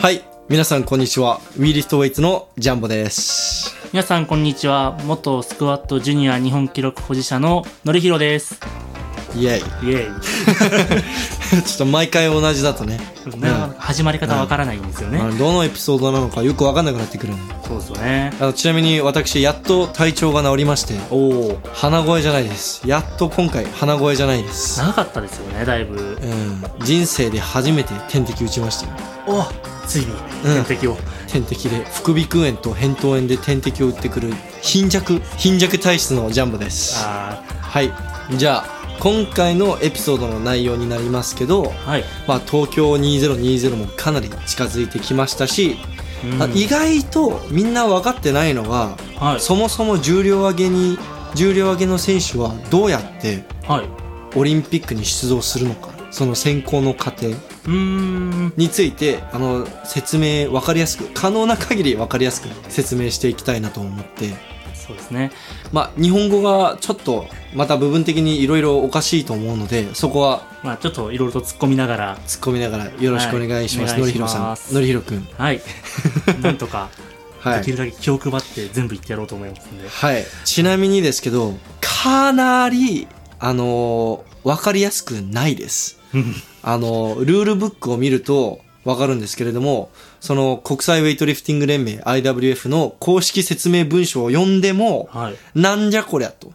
はい、皆さんこんにちは。ウィーリフトウェイツのジャンボです。 皆さんこんにちは。元スクワットジュニア日本記録保持者ののりひろです。 イエイ。 イエイ。 ちょっと毎回同じだとね、 始まり方わからないんですよね。 どのエピソードなのかよくわかんなくなってくるんで。 そうですよね。 ちなみに私やっと体調が治りまして、鼻声じゃないです。やっと今回鼻声じゃないです。 長かったですよね、だいぶ。 人生で初めて点滴打ちましたよ。 ついに点滴を、 点滴で副鼻腔炎と扁桃炎で点滴を打ってくる貧弱体質のジャンボです。はい、じゃあ今回のエピソードの内容になりますけど、東京2020もかなり近づいてきましたし、意外とみんな分かってないのが、そもそも重量挙げの選手はどうやってオリンピックに出場するのか、その選考の過程について説明分かりやすく、可能な限り分かりやすく説明していきたいなと思って。 そうですね。 日本語がちょっとまた部分的にいろいろおかしいと思うので、そこはちょっといろいろと突っ込みながらよろしくお願いします。のりひろさん、のりひろくん、 なんとかできるだけ気を配って全部言ってやろうと思いますので。 ちなみにですけど、かなり分かりやすくないです。ルールブックを見るとわかるんですけれども、その国際ウェイトリフティング連盟 IWF の公式説明文書を読んでも、なんじゃこりゃと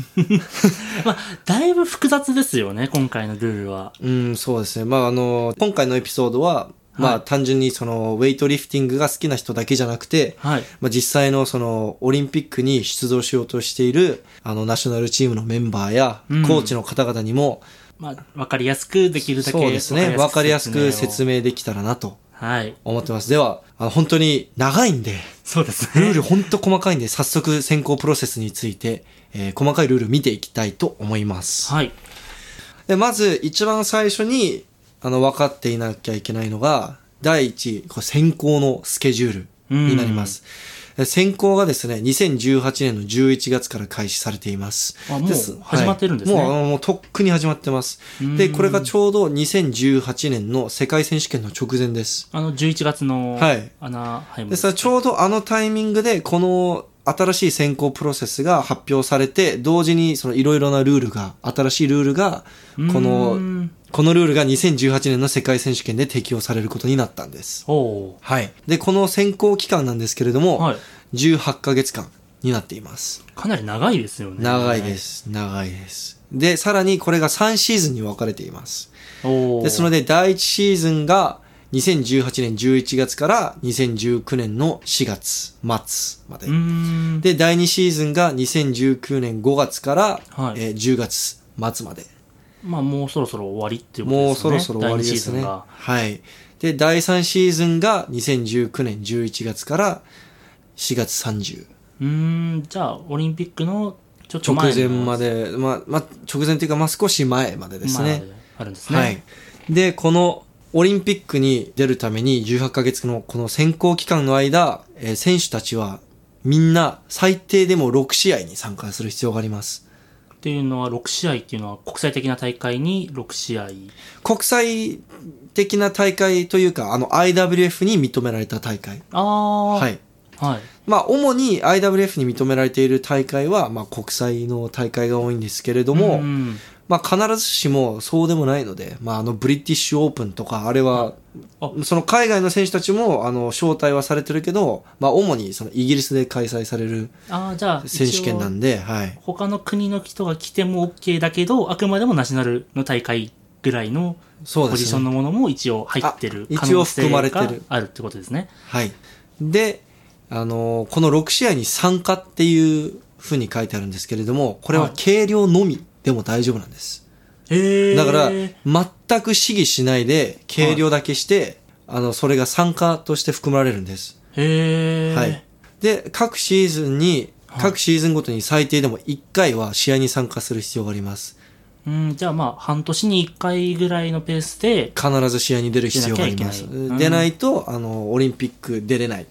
だいぶ複雑ですよね、今回のルールは。 そうですね。今回のエピソードは単純にそのウェイトリフティングが好きな人だけじゃなくて、実際のそのオリンピックに出場しようとしているナショナルチームのメンバーやコーチの方々にも、 分かりやすくできるだけ、 そうですね、分かりやすく説明できたらなと思ってます。では本当に長いんで、 そうですね、 ルール本当細かいんで、早速選考プロセスについて、細かいルール見ていきたいと思います。でまず一番最初に分かっていなきゃいけないのが、第一、選考のスケジュールになります。選考がですね、2018年の11月から開始されています。 もう始まってるんですね。 もうとっくに始まってます。で、これがちょうど2018年の世界選手権の直前です。 11月のでさ、ちょうどタイミングでこの新しい選考プロセスが発表されて、同時にそのいろいろなルールが、新しいルールが、このルールが2018年の世界選手権で適用されることになったんです。で、この選考期間なんですけれども、18ヶ月間になっています。 かなり長いですよね。 長いです。で、さらにこれが3シーズンに分かれています。ですので、第1シーズンが2018年11月から2019年の4月末まで。で、第2シーズンが2019年5月から、10月末まで。 もうそろそろ終わりっていうことですね。 もうそろそろ終わりですね。で、第3シーズンが2019年11月から4月30。 じゃあ、オリンピックのちょっと前直前まで、直前というか、少し前までですね。 あるんですね。 で、このオリンピックに出るために18ヶ月のこの選考期間の間、選手たちはみんな最低でも6試合に参加する必要があります。 っていうのは、6試合っていうのは国際的な大会に6試合。 国際的な大会というか、IWF に認められた大会。主に IWF に認められている大会は、国際の大会が多いんですけれども、必ずしもそうでもないので、ブリティッシュオープンとか、あれは、その海外の選手たちも、招待はされてるけど、主にそのイギリスで開催される選手権なんで、 他の国の人が来ても OK だけど、あくまでもナショナルの大会ぐらいのポジションのものも一応入ってる可能性があるってことですね。 で、この6試合に参加っていうふうに書いてあるんですけれども、これは軽量のみでも大丈夫なんです。だから全く試技しないで軽量だけして、それが参加として含まれるんです。で、各シーズンごとに最低でも1回は試合に参加する必要があります。 じゃあ半年に1回ぐらいのペースで必ず試合に出る必要があります。出ないとオリンピック出れない。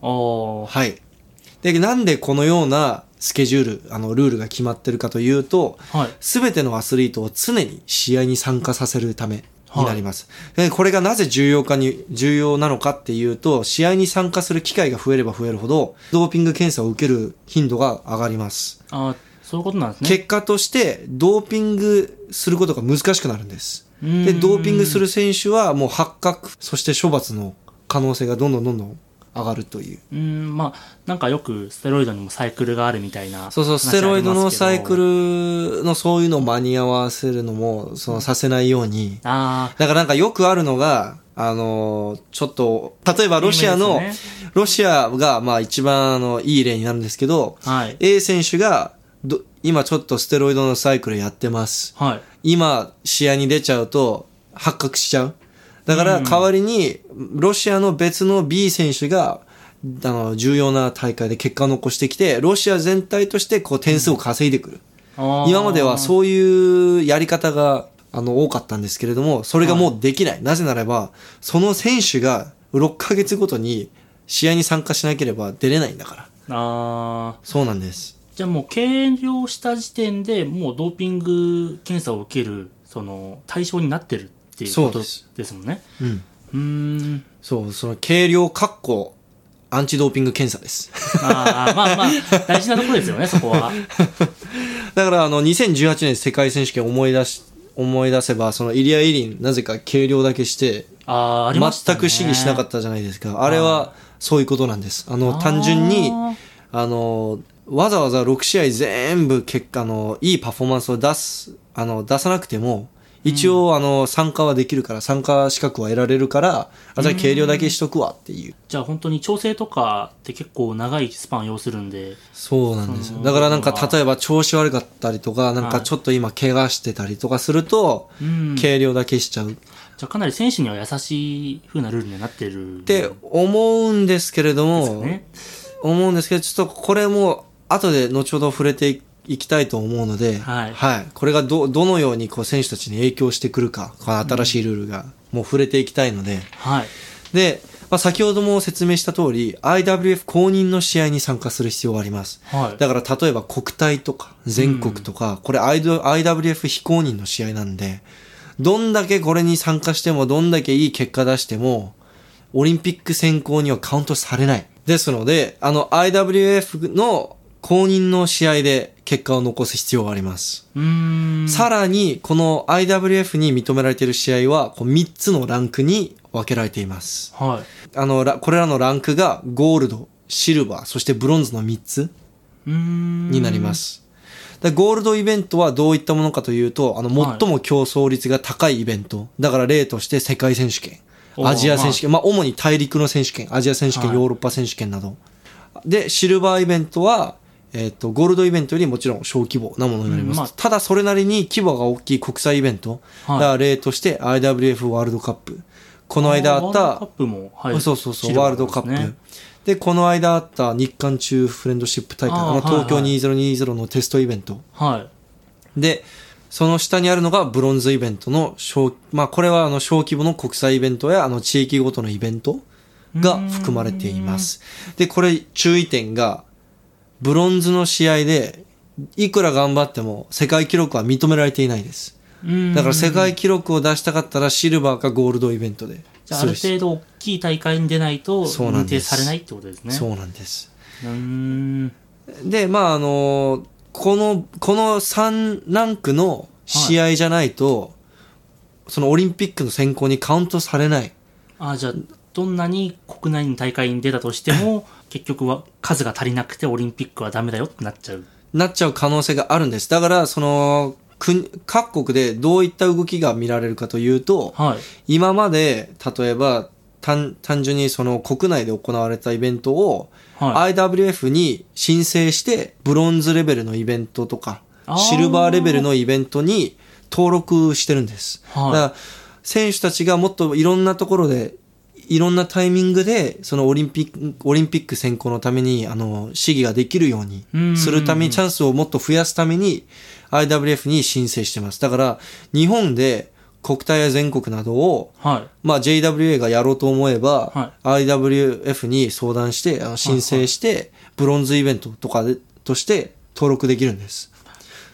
で、なんでこのようなスケジュール、ルールが決まってるかというと、すべてのアスリートを常に試合に参加させるためになります。これがなぜ重要なのかっていうと、試合に参加する機会が増えれば増えるほど、ドーピング検査を受ける頻度が上がります。 そういうことなんですね。 結果として、ドーピングすることが難しくなるんです。で、ドーピングする選手はもう発覚、そして処罰の可能性がどんどん上がるという。 なんかよくステロイドにもサイクルがあるみたいな。 そう、ステロイドのサイクルのそういうのを間に合わせるのも、させないように。だからなんかよくあるのが、ちょっと、例えばロシアが一番いい例になるんですけど、A 選手が今ちょっとステロイドのサイクルやってます。今試合に出ちゃうと発覚しちゃう。だから代わりにロシアの別の B 選手が重要な大会で結果を残してきて、ロシア全体として点数を稼いでくる。今まではそういうやり方が多かったんですけれども、それがもうできない。なぜならば、その選手が6ヶ月ごとに試合に参加しなければ出れないんだから。そうなんです。 じゃあもう計量した時点でもうドーピング検査を受ける対象になってるっていうことですもんね。 その計量アンチドーピング検査です。 大事なところですよね、そこは。 だから2018年世界選手権思い出せば、イリア・イリンなぜか計量だけして、全く試技しなかったじゃないですか。あれはそういうことなんです。単純に、わざわざ6試合全部いいパフォーマンスを出さなくても、一応参加はできるから、参加資格は得られるから、じゃあ計量だけしとくわっていう。 じゃあ本当に調整とかって結構長いスパンを要するんで。 そうなんですよ。だからなんか例えば調子悪かったりとか、なんかちょっと今怪我してたりとかすると、計量だけしちゃう。 じゃあかなり選手には優しい風なルールにはなってる。 って思うんですけれども、ちょっとこれも後で後ほど触れていきたいと思うので、これがどのように選手たちに影響してくるか、この新しいルールが、もう触れていきたいので、で、先ほども説明した通り、IWF 公認の試合に参加する必要があります。だから例えば国体とか全国とか、これ IWF 非公認の試合なんで、どんだけこれに参加しても、どんだけいい結果出しても、オリンピック選考にはカウントされない。ですので、IWF の公認の試合で結果を残す必要があります。さらに、この IWF に認められている試合は、3つのランクに分けられています。これらのランクがゴールド、シルバー、そしてブロンズの3つになります。ゴールドイベントはどういったものかというと、最も競争率が高いイベント。だから例として世界選手権、アジア選手権、主に大陸の選手権、アジア選手権、ヨーロッパ選手権など。で、シルバーイベントは、ゴールドイベントよりもちろん小規模なものになります。ただそれなりに規模が大きい国際イベント。だから例として IWF ワールドカップ。この間あった、ワールドカップも、ワールドカップ。で、この間あった日韓中フレンドシップ大会、東京2020のテストイベント。で、その下にあるのがブロンズイベントのこれは小規模の国際イベントや地域ごとのイベントが含まれています。で、これ注意点が、ブロンズの試合でいくら頑張っても世界記録は認められていないです。だから世界記録を出したかったらシルバーかゴールドイベントで。 じゃあある程度大きい大会に出ないと認定されないってことですね。 そうなんです。で、この3ランクの試合じゃないと、そのオリンピックの選考にカウントされない。 じゃあどんなに国内の大会に出たとしても結局は数が足りなくてオリンピックはダメだよってなっちゃう可能性があるんです。だから各国でどういった動きが見られるかというと、今まで例えば単純に国内で行われたイベントを、IWF に申請してブロンズレベルのイベントとかシルバーレベルのイベントに登録してるんです。だから選手たちがもっといろんなところでいろんなタイミングでオリンピック選考のために試技ができるようにするためにチャンスをもっと増やすために IWF に申請してます。だから日本で国体や全国などを、JWA がやろうと思えば、IWF に相談して申請してブロンズイベントとかとして登録できるんです。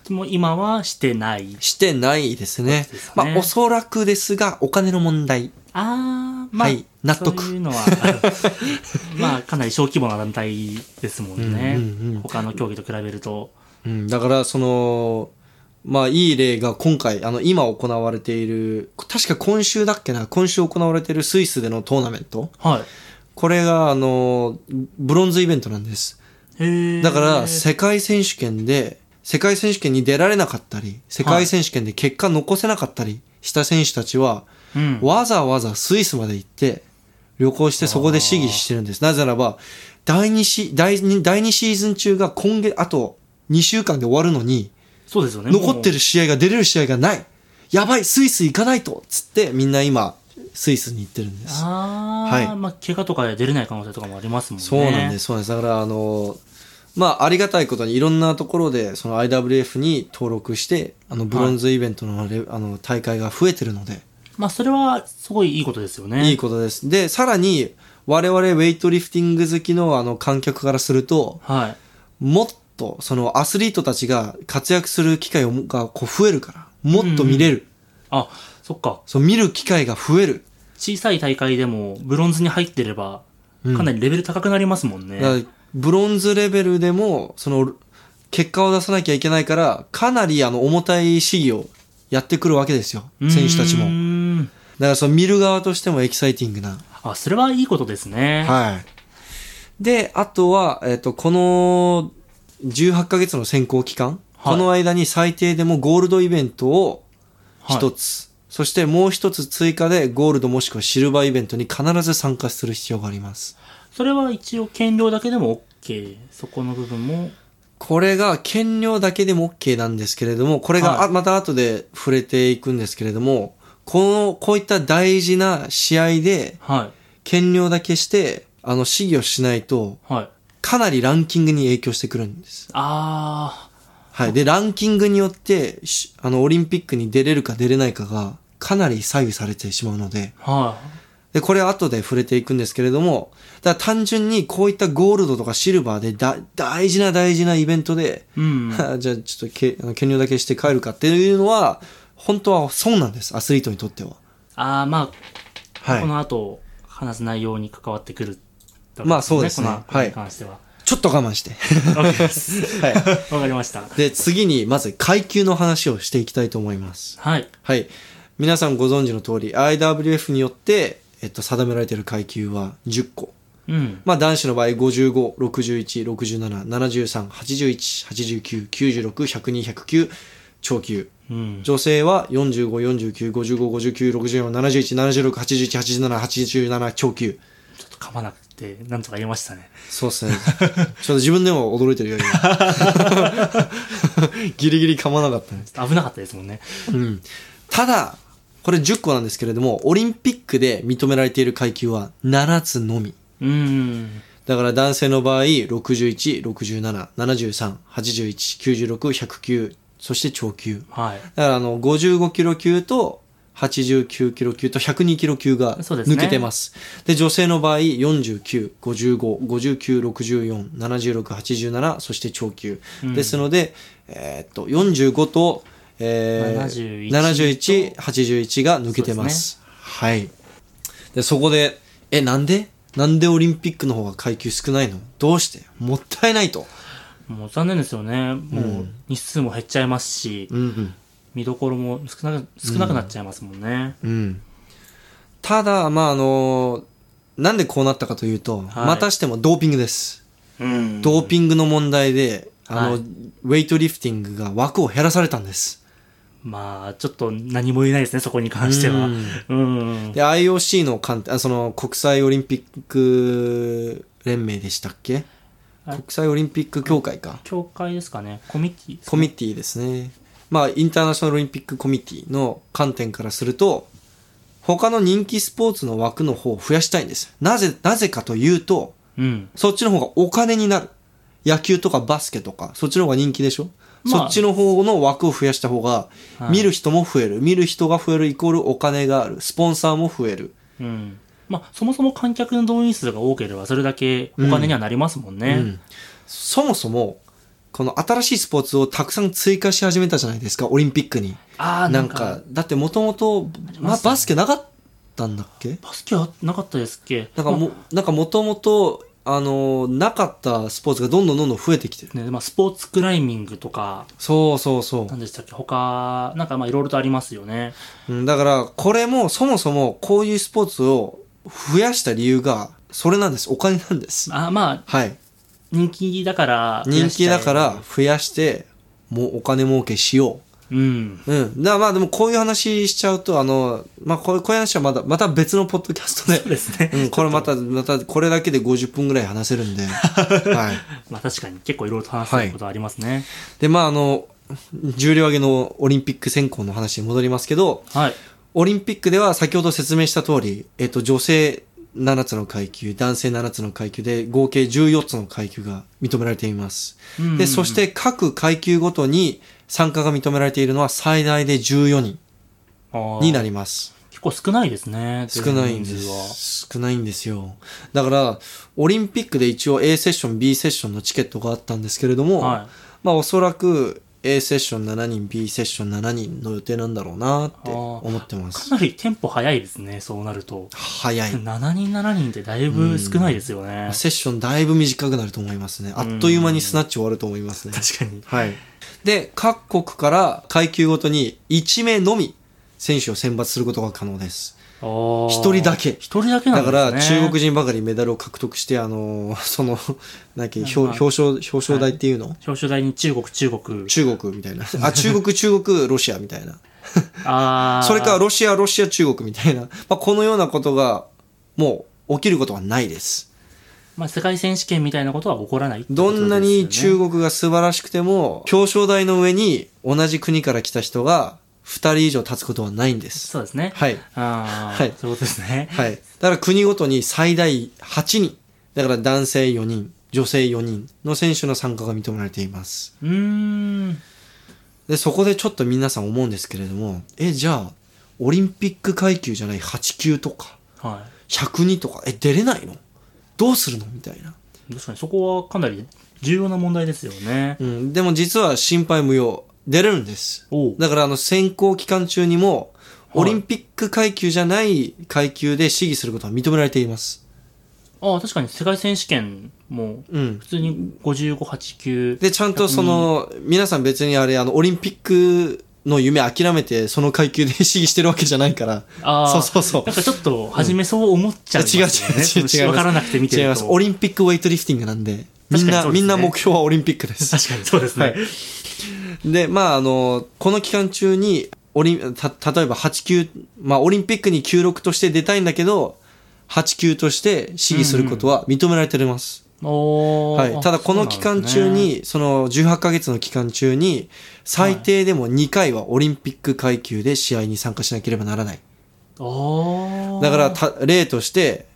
でも今はしてないですね。まあおそらくですがお金の問題。 まあ、はい、 納得。 そういうのはまあかなり小規模な団体ですもんね、他の競技と比べると、 だからまあいい例が今回今行われている、確か今週行われているスイスでのトーナメント、 はい、 これがブロンズイベントなんです。だから世界選手権に出られなかったり、世界選手権で結果残せなかったりした選手たちは、わざわざスイスまで行って旅行してそこで試技してるんです。なぜならば第2シーズン中が今月あと2週間で終わるのに、 そうですよね、 残ってる試合が出れる試合がない、やばいスイス行かないとつってみんな今スイスに行ってるんです。 はい、まあ怪我とかで出れない可能性とかもありますもんね。 そうなんです。だからまあありがたいことにいろんなところでその IWF に登録してブロンズイベントの、大会が増えてるので、 まあそれはすごいいいことですよね。 いいことです。でさらに我々ウェイトリフティング好きの観客からすると、もっとそのアスリートたちが活躍する機会が増えるからもっと見れる、 あ、そっか。 見る機会が増える。 小さい大会でもブロンズに入ってればかなりレベル高くなりますもんね。 だからブロンズレベルでも結果を出さなきゃいけないからかなり重たい試技をやってくるわけですよ、選手たちも。だから見る側としてもエキサイティングな。 それはいいことですね。 はい。であとはこの18ヶ月の選考期間、この間に最低でもゴールドイベントを一つ、そしてもう一つ追加でゴールドもしくはシルバーイベントに必ず参加する必要があります。 それは一応減量だけでも OK、 そこの部分も。 これが減量だけでも OK なんですけれども、これがまた後で触れていくんですけれども、こういった大事な試合で減量だけして試技をしないと、かなりランキングに影響してくるんです。でランキングによってオリンピックに出れるか出れないかがかなり左右されてしまうので、でこれは後で触れていくんですけれども、だから単純にこういったゴールドとかシルバーで大事なイベントで、じゃあちょっと減量だけして帰るかっていうのは本当は損なんです、アスリートにとっては。 まあ、この後話す内容に関わってくる、 まあそうですね。 このに関しては、 ちょっと我慢して。 わかります。わかりました。 で、次にまず階級の話をしていきたいと思います。はい。皆さんご存知の通り、IWF によって、定められている階級は10個。まあ男子の場合、55、61、67、73、81、89、96、102、109、超級。女性は45、49、55、59、64、71、76、81、87、87、超級。 ちょっと噛まなくて、なんとか言えましたね。 そうですね。ちょっと自分でも驚いてるよ、今。ギリギリ噛まなかったね。 危なかったですもんね。 ただ、これ10個なんですけれども、オリンピックで認められている階級は7つのみ。だから男性の場合、61、67、73、81、96、109、そして超級。だから55キロ級と89キロ級と102キロ級が抜けてます。で、女性の場合、49、55、59、64、76、87、そして超級。ですので、45と、71、81が抜けてます。はい。で、そこで、なんでオリンピックの方が階級少ないの？どうして？もったいないと。 もう残念ですよね。もう日数も減っちゃいますし、見どころも少なくなっちゃいますもんね。 ただ、まあなんでこうなったかというと、またしてもドーピングです。ドーピングの問題で、ウェイトリフティングが枠を減らされたんです。 まあちょっと何も言えないですね、そこに関しては。 で IOC のその国際オリンピック連盟でしたっけ？国際オリンピック協会か。 協会ですかね。コミッティですね。 コミッティですね。まあインターナショナルオリンピックコミッティの観点からすると、他の人気スポーツの枠の方を増やしたいんです。なぜかというと、そっちの方がお金になる。野球とかバスケとか、そっちの方が人気でしょ？そっちの方の枠を増やした方が、見る人も増える。見る人が増えるイコールお金がある。スポンサーも増える。 まあ、そもそも観客の動員数が多ければ、それだけお金にはなりますもんね。 そもそも、 この新しいスポーツをたくさん追加し始めたじゃないですか、オリンピックに。なんか、だってもともと、バスケなかったんだっけ？ バスケはなかったですっけ？ なんかもともと、なかったスポーツがどんどん増えてきてる。 ね、スポーツクライミングとか。 そう。 何でしたっけ？他、なんかいろいろとありますよね。 だから、これもそもそもこういうスポーツを増やした理由が、それなんです。お金なんです。はい。 人気だから増やして、もうお金儲けしよう。だからでもこういう話しちゃうと、こういう話はまた別のポッドキャストで。 そうですね。 これまたこれだけで50分ぐらい話せるんで。はい。 確かに結構いろいろと話せることありますね。 で、重量挙げのオリンピック選考の話に戻りますけど、オリンピックでは先ほど説明した通り、女性7つの階級、男性7つの階級で合計14つの階級が認められています。で、そして各階級ごとに参加が認められているのは最大で14人になります。 結構少ないですね。 少ないんですよ。だから、オリンピックで一応 A セッション、B セッションのチケットがあったんですけれども、おそらくA セッション7人、B セッション7人の予定なんだろうなって思ってます。 かなりテンポ早いですね、そうなると。 早い。 7人ってだいぶ少ないですよね。 セッションだいぶ短くなると思いますね。あっという間にスナッチ終わると思いますね。 確かに。 はい。で、各国から階級ごとに1名のみ選手を選抜することが可能です。一人だけ。 一人だけなんですね。 だから中国人ばかりメダルを獲得して、表彰台っていうの、 表彰台に中国みたいな。中国、ロシアみたいな。それかロシア、中国みたいな。このようなことがもう起きることはないです。 世界選手権みたいなことは起こらないってことですよね。どんなに中国が素晴らしくても、表彰台の上に同じ国から来た人が2人以上立つことはないんです。 そうですね。 はい。 はい。そういうことですね。 はい。だから国ごとに最大8人。だから男性4人、女性4人の選手の参加が認められています。で、そこでちょっと皆さん思うんですけれども、じゃあ、オリンピック階級じゃない8級とか、102とか、出れないの？どうするのみたいな。 確かにそこはかなり重要な問題ですよね。 でも実は心配無用。出れるんです。だから選考期間中にも、オリンピック階級じゃない階級で試技することは認められています。 確かに世界選手権も、普通に55、8級。 で、ちゃんと皆さん別にオリンピックの夢諦めて、その階級で試技してるわけじゃないから。そう。 なんかちょっと、初めそう思っちゃう、ね。違う。わからなくて見てると。 違います。オリンピックウェイトリフティングなんで、みんな目標はオリンピックです。 確かにそうですね。 で、この期間中に、例えば8級、オリンピックに級6として出たいんだけど、8級として試技することは認められています。はい。ただこの期間中に、その18ヶ月の期間中に、最低でも2回はオリンピック階級で試合に参加しなければならない。だから例として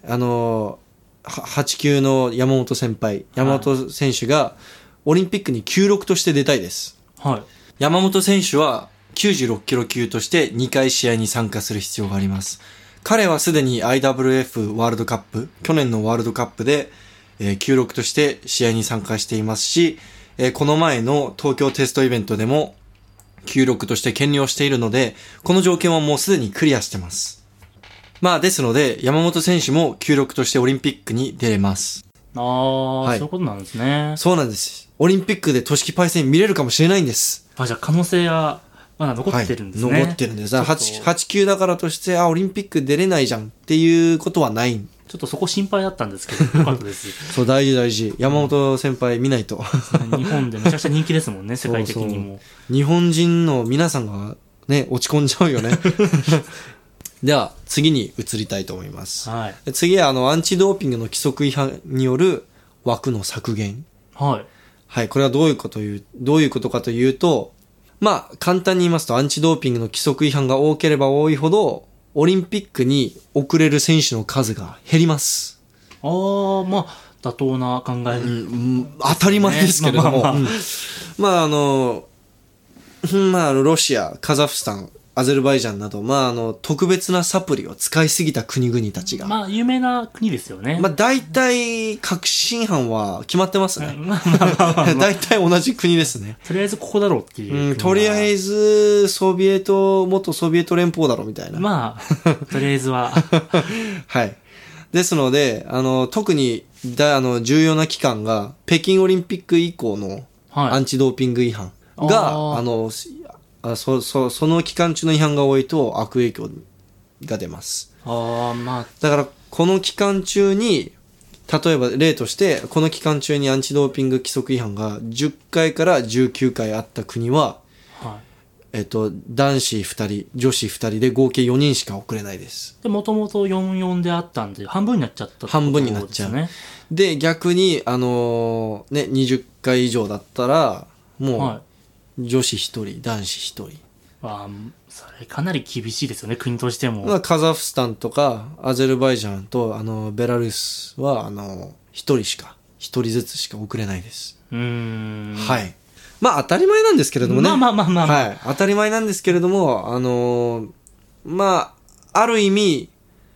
、8級の山本選手が、オリンピックに級6として出たいです。山本選手は96キロ級として2回試合に参加する必要があります。彼はすでに IWF ワールドカップ、去年のワールドカップで、級6として試合に参加していますし、この前の東京テストイベントでも級6として兼任しているので、この条件はもうすでにクリアしてます。ですので、山本選手も級6としてオリンピックに出れます。 そういうことなんですね。 そうなんです。オリンピックで都市パイセン見れるかもしれないんです。 じゃあ可能性はまだ残ってるんですね。 残ってるんです。8級だからとして、オリンピック出れないじゃんっていうことはない。 ちょっとそこ心配だったんですけど、よかったです。 そう、大事。山本先輩見ないと。 日本でめちゃくちゃ人気ですもんね、世界的にも。 日本人の皆さんがね、落ち込んじゃうよね。では、次に移りたいと思います。次は、アンチドーピングの規則違反による枠の削減。これはどういうことかというと、簡単に言いますと、アンチドーピングの規則違反が多ければ多いほど、オリンピックに遅れる選手の数が減ります。 妥当な考え、 当たり前ですけれども。ロシア、カザフスタン、 アゼルバイジャンなど、特別なサプリを使いすぎた国々たちが。 有名な国ですよね。 大体、確信犯は決まってますね。大体同じ国ですね。 とりあえずここだろうっていう。 とりあえず、元ソビエト連邦だろうみたいな。 とりあえずは。 はい。ですので、特に、重要な期間が、北京オリンピック以降のアンチドーピング違反が、その期間中の違反が多いと悪影響が出ます。だから、この期間中に、例えば例として、この期間中にアンチドーピング規則違反が10回から19回あった国は、男子2人、女子2人で合計4人しか送れないです。 もともと4-4であったんで、半分になっちゃったってことですね。 半分になっちゃう。で、逆に、20回以上だったら、もう、女子1人、男子1人。 それかなり厳しいですよね、国としても。 カザフスタンとか、アゼルバイジャンと、ベラルーシは、1人ずつしか送れないです。はい。当たり前なんですけれどもね。はい。当たり前なんですけれども、ある意味、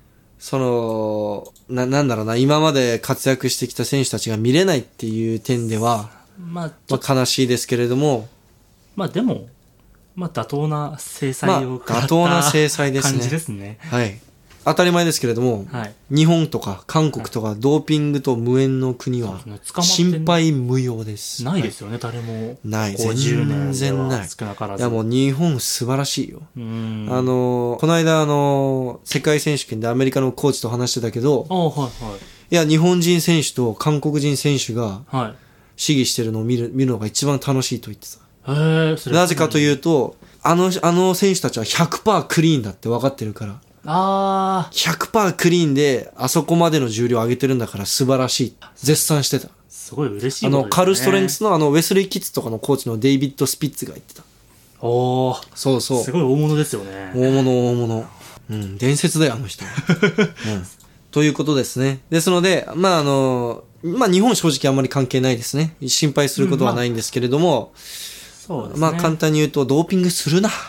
なんだろうな、今まで活躍してきた選手たちが見れないっていう点では、悲しいですけれども。 でも、妥当な制裁を妥当な制裁ですね。 感じですね。 はい。当たり前ですけれども、日本とか韓国とかドーピングと無縁の国は心配無用です。 ないですよね、誰も。 ない。全然ない。 少なからず。 いやもう日本素晴らしいよ。この間世界選手権でアメリカのコーチと話してたけど、いや日本人選手と韓国人選手が試技してるのを見るのが一番楽しいと言ってた。なぜかというと、あの選手たちは 100% クリーンだって分かってるから。100% クリーンであそこまでの重量を上げてるんだから素晴らしい。絶賛してた。 すごい嬉しいことですね。 カルストレングスのウェスリー・キッズとかのコーチのデイビッド・スピッツが言ってた。そうそう。 すごい大物ですよね。 大物。伝説だよ、あの人。ということですね。ですので、日本正直あんまり関係ないですね。心配することはないんですけれども、 そうですね。 簡単に言うと、ドーピングするな。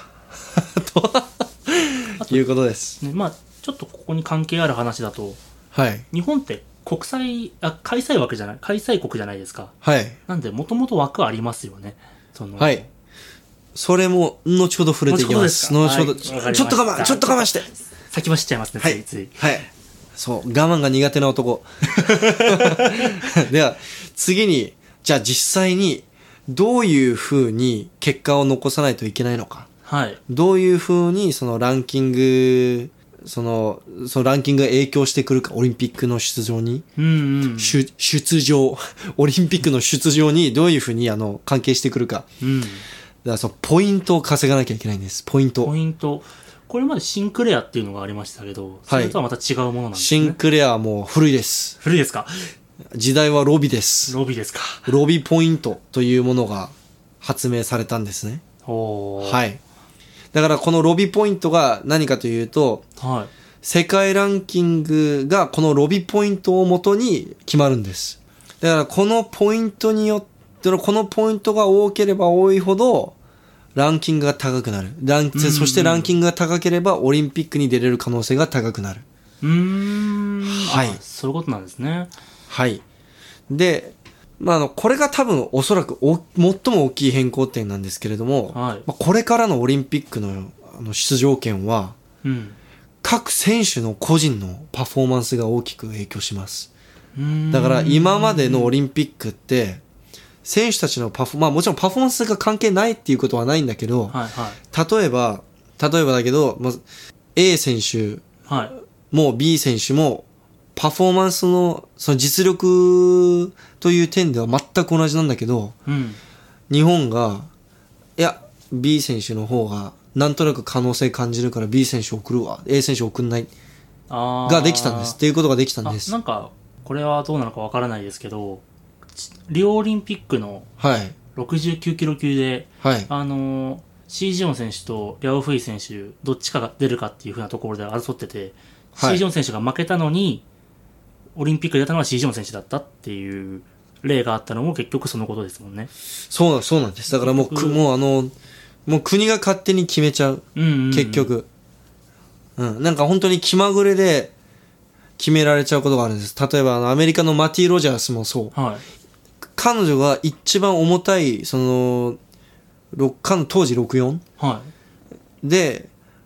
ということです。 ちょっとここに関係ある話だと、日本って開催国じゃないですか。なんで、もともと枠ありますよね。 それも、後ほど触れていきます。後ほど、ちょっと我慢して。 先走っちゃいますね、つい。 そう、我慢が苦手な男。では、次に、じゃあ実際に、どういう風に結果を残さないといけないのか。どういう風にそのランキングが影響してくるか、オリンピックの出場に、出場、オリンピックの出場にどういう風に関係してくるか。だからポイントを稼がなきゃいけないんです。ポイント。 これまでシンクレアっていうのがありましたけど、それとはまた違うものなんですね。 シンクレアはもう古いです。 古いですか？ 時代はロビです。 ロビですか。 ロビポイントというものが発明されたんですね。だからこのロビポイントが何かというと、世界ランキングがこのロビポイントをもとに決まるんです。だからこのポイントによって、このポイントが多ければ多いほど、ランキングが高くなる。そしてランキングが高ければオリンピックに出れる可能性が高くなる。 そういうことなんですね。 で、これが多分おそらく最も大きい変更点なんですけれども、これからのオリンピックの出場権は、各選手の個人のパフォーマンスが大きく影響します。だから今までのオリンピックって、選手たちのもちろんパフォーマンスが関係ないっていうことはないんだけど、例えばだけど、A 選手も B 選手もパフォーマンスのその実力という点では全く同じなんだけど、日本がいや B 選手の方がなんとなく可能性感じるから B 選手送るわ A 選手送んないができたんですっていうことができたんです。 なんかこれはどうなのかわからないですけど、リオオリンピックの69キロ級で、シージョン選手とリャオフイ選手どっちかが出るかっていう風なところで争ってて、シージョン選手が負けたのにオリンピックで出たのはシージョン選手だったっていう例があったのも結局そのことですもんね。 そうなんです。だからもうもう国が勝手に決めちゃう、結局、なんか本当に気まぐれで決められちゃうことがあるんです。例えばアメリカのマティ・ロジャースもそう、彼女が一番重たいその当時64、で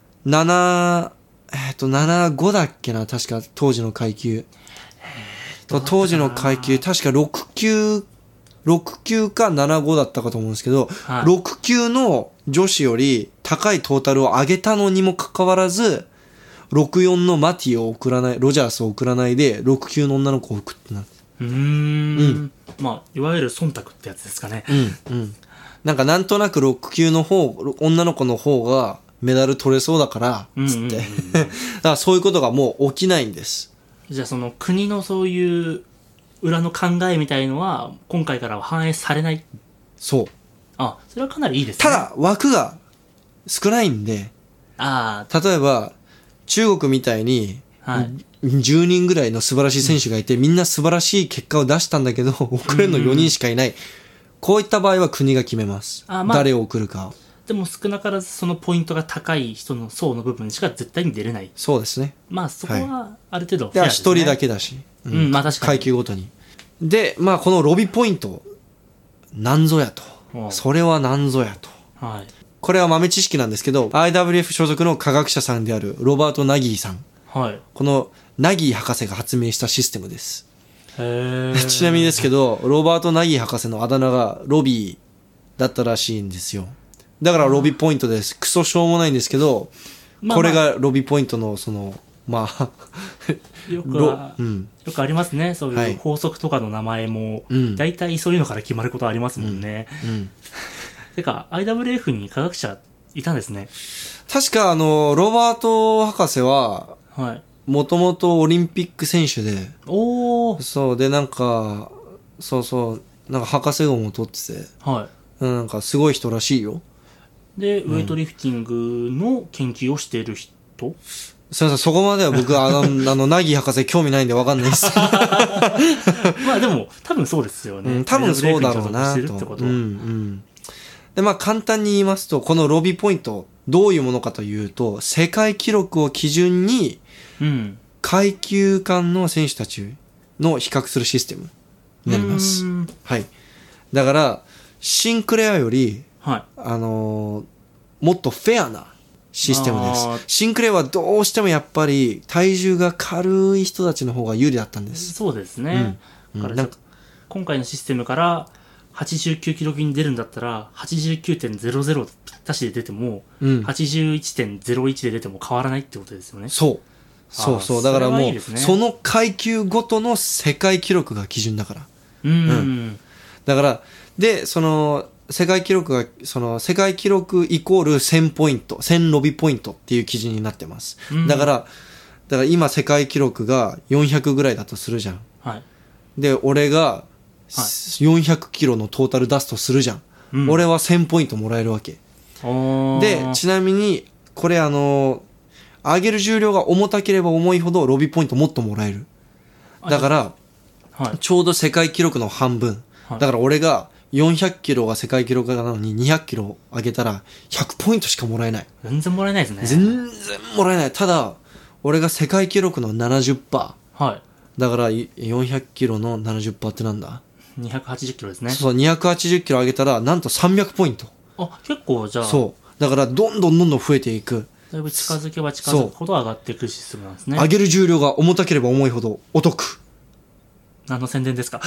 75だっけな、確か当時の階級、当時の階級確か6級か75だったかと思うんですけど、6級の女子より高いトータルを上げたのにもかかわらず64のマティを送らない、ロジャースを送らないで6級の女の子を送ってな。 まあいわゆる忖度ってやつですかね。 なんかなんとなく6級の女の子の方がメダル取れそうだからつって、だからそういうことがもう起きないんです。 じゃあその国のそういう裏の考えみたいのは今回からは反映されない。 そう。 それはかなりいいですね。 ただ枠が少ないんで、例えば中国みたいに10人ぐらいの素晴らしい選手がいて、みんな素晴らしい結果を出したんだけど送れるの4人しかいない、こういった場合は国が決めます、誰を送るかを。 でも少なからずそのポイントが高い人の層の部分しか絶対に出れない。 そうですね。 そこはある程度フェアですね。 1人だけだし、 確かに階級ごとに。でこのロビポイントなんぞやと、それはなんぞやと、これは豆知識なんですけど、 IWF 所属の科学者さんであるロバート・ナギーさん、このナギー博士が発明したシステムです。ちなみにですけど、ロバート・ナギー博士のあだ名がロビーだったらしいんですよ。だからロビポイントです。クソしょうもないんですけど、これがロビポイントのそのよくありますね、そういう法則とかの名前も、大体そういうのから決まることありますもんね。てか IWF に科学者いたんですね。 確かロバート博士はもともとオリンピック選手で、そうでなんか博士号も取ってて、なんかすごい人らしいよ。 でウェイトリフティングの研究をしている人、 すいません、そこまでは僕ナギー博士興味ないんで分かんないです。 でも多分そうですよね。 多分そうだろうなと。で簡単に言いますと、このロビポイントどういうものかというと、世界記録を基準に階級間の選手たちの比較するシステムになります。だからシンクレアより、もっとフェアなシステムです。シンクレアはどうしてもやっぱり体重が軽い人たちの方が有利だったんです。 そうですね。だから今回のシステムから89キロ級に出るんだったら 89.00 ぴったしで出ても、81.01 で出ても変わらないってことですよね。そうだからもうその階級ごとの世界記録が基準だから。だからでその世界記録が世界記録イコール1000ポイント、1000ロビポイントっていう基準になってます。だから今世界記録が400ぐらいだとするじゃん。で俺が400キロのトータル出すとするじゃん。俺は1000ポイントもらえるわけ。でちなみにこれ上げる重量が重たければ重いほどロビポイントもっともらえる。だからちょうど世界記録の半分。だから俺が400キロが世界記録なのに200キロ上げたら100ポイントしかもらえない。 全然もらえないですね。 全然もらえない。ただ俺が世界記録の 70%、だから400キロの 70% ってなんだ、 280キロですね。 そう280キロ上げたらなんと300ポイント。 結構じゃあそうだからどんどん増えていく。 だいぶ近づけば近づくほど上がっていくシステムなんですね。 上げる重量が重たければ重いほどお得。 何の宣伝ですか。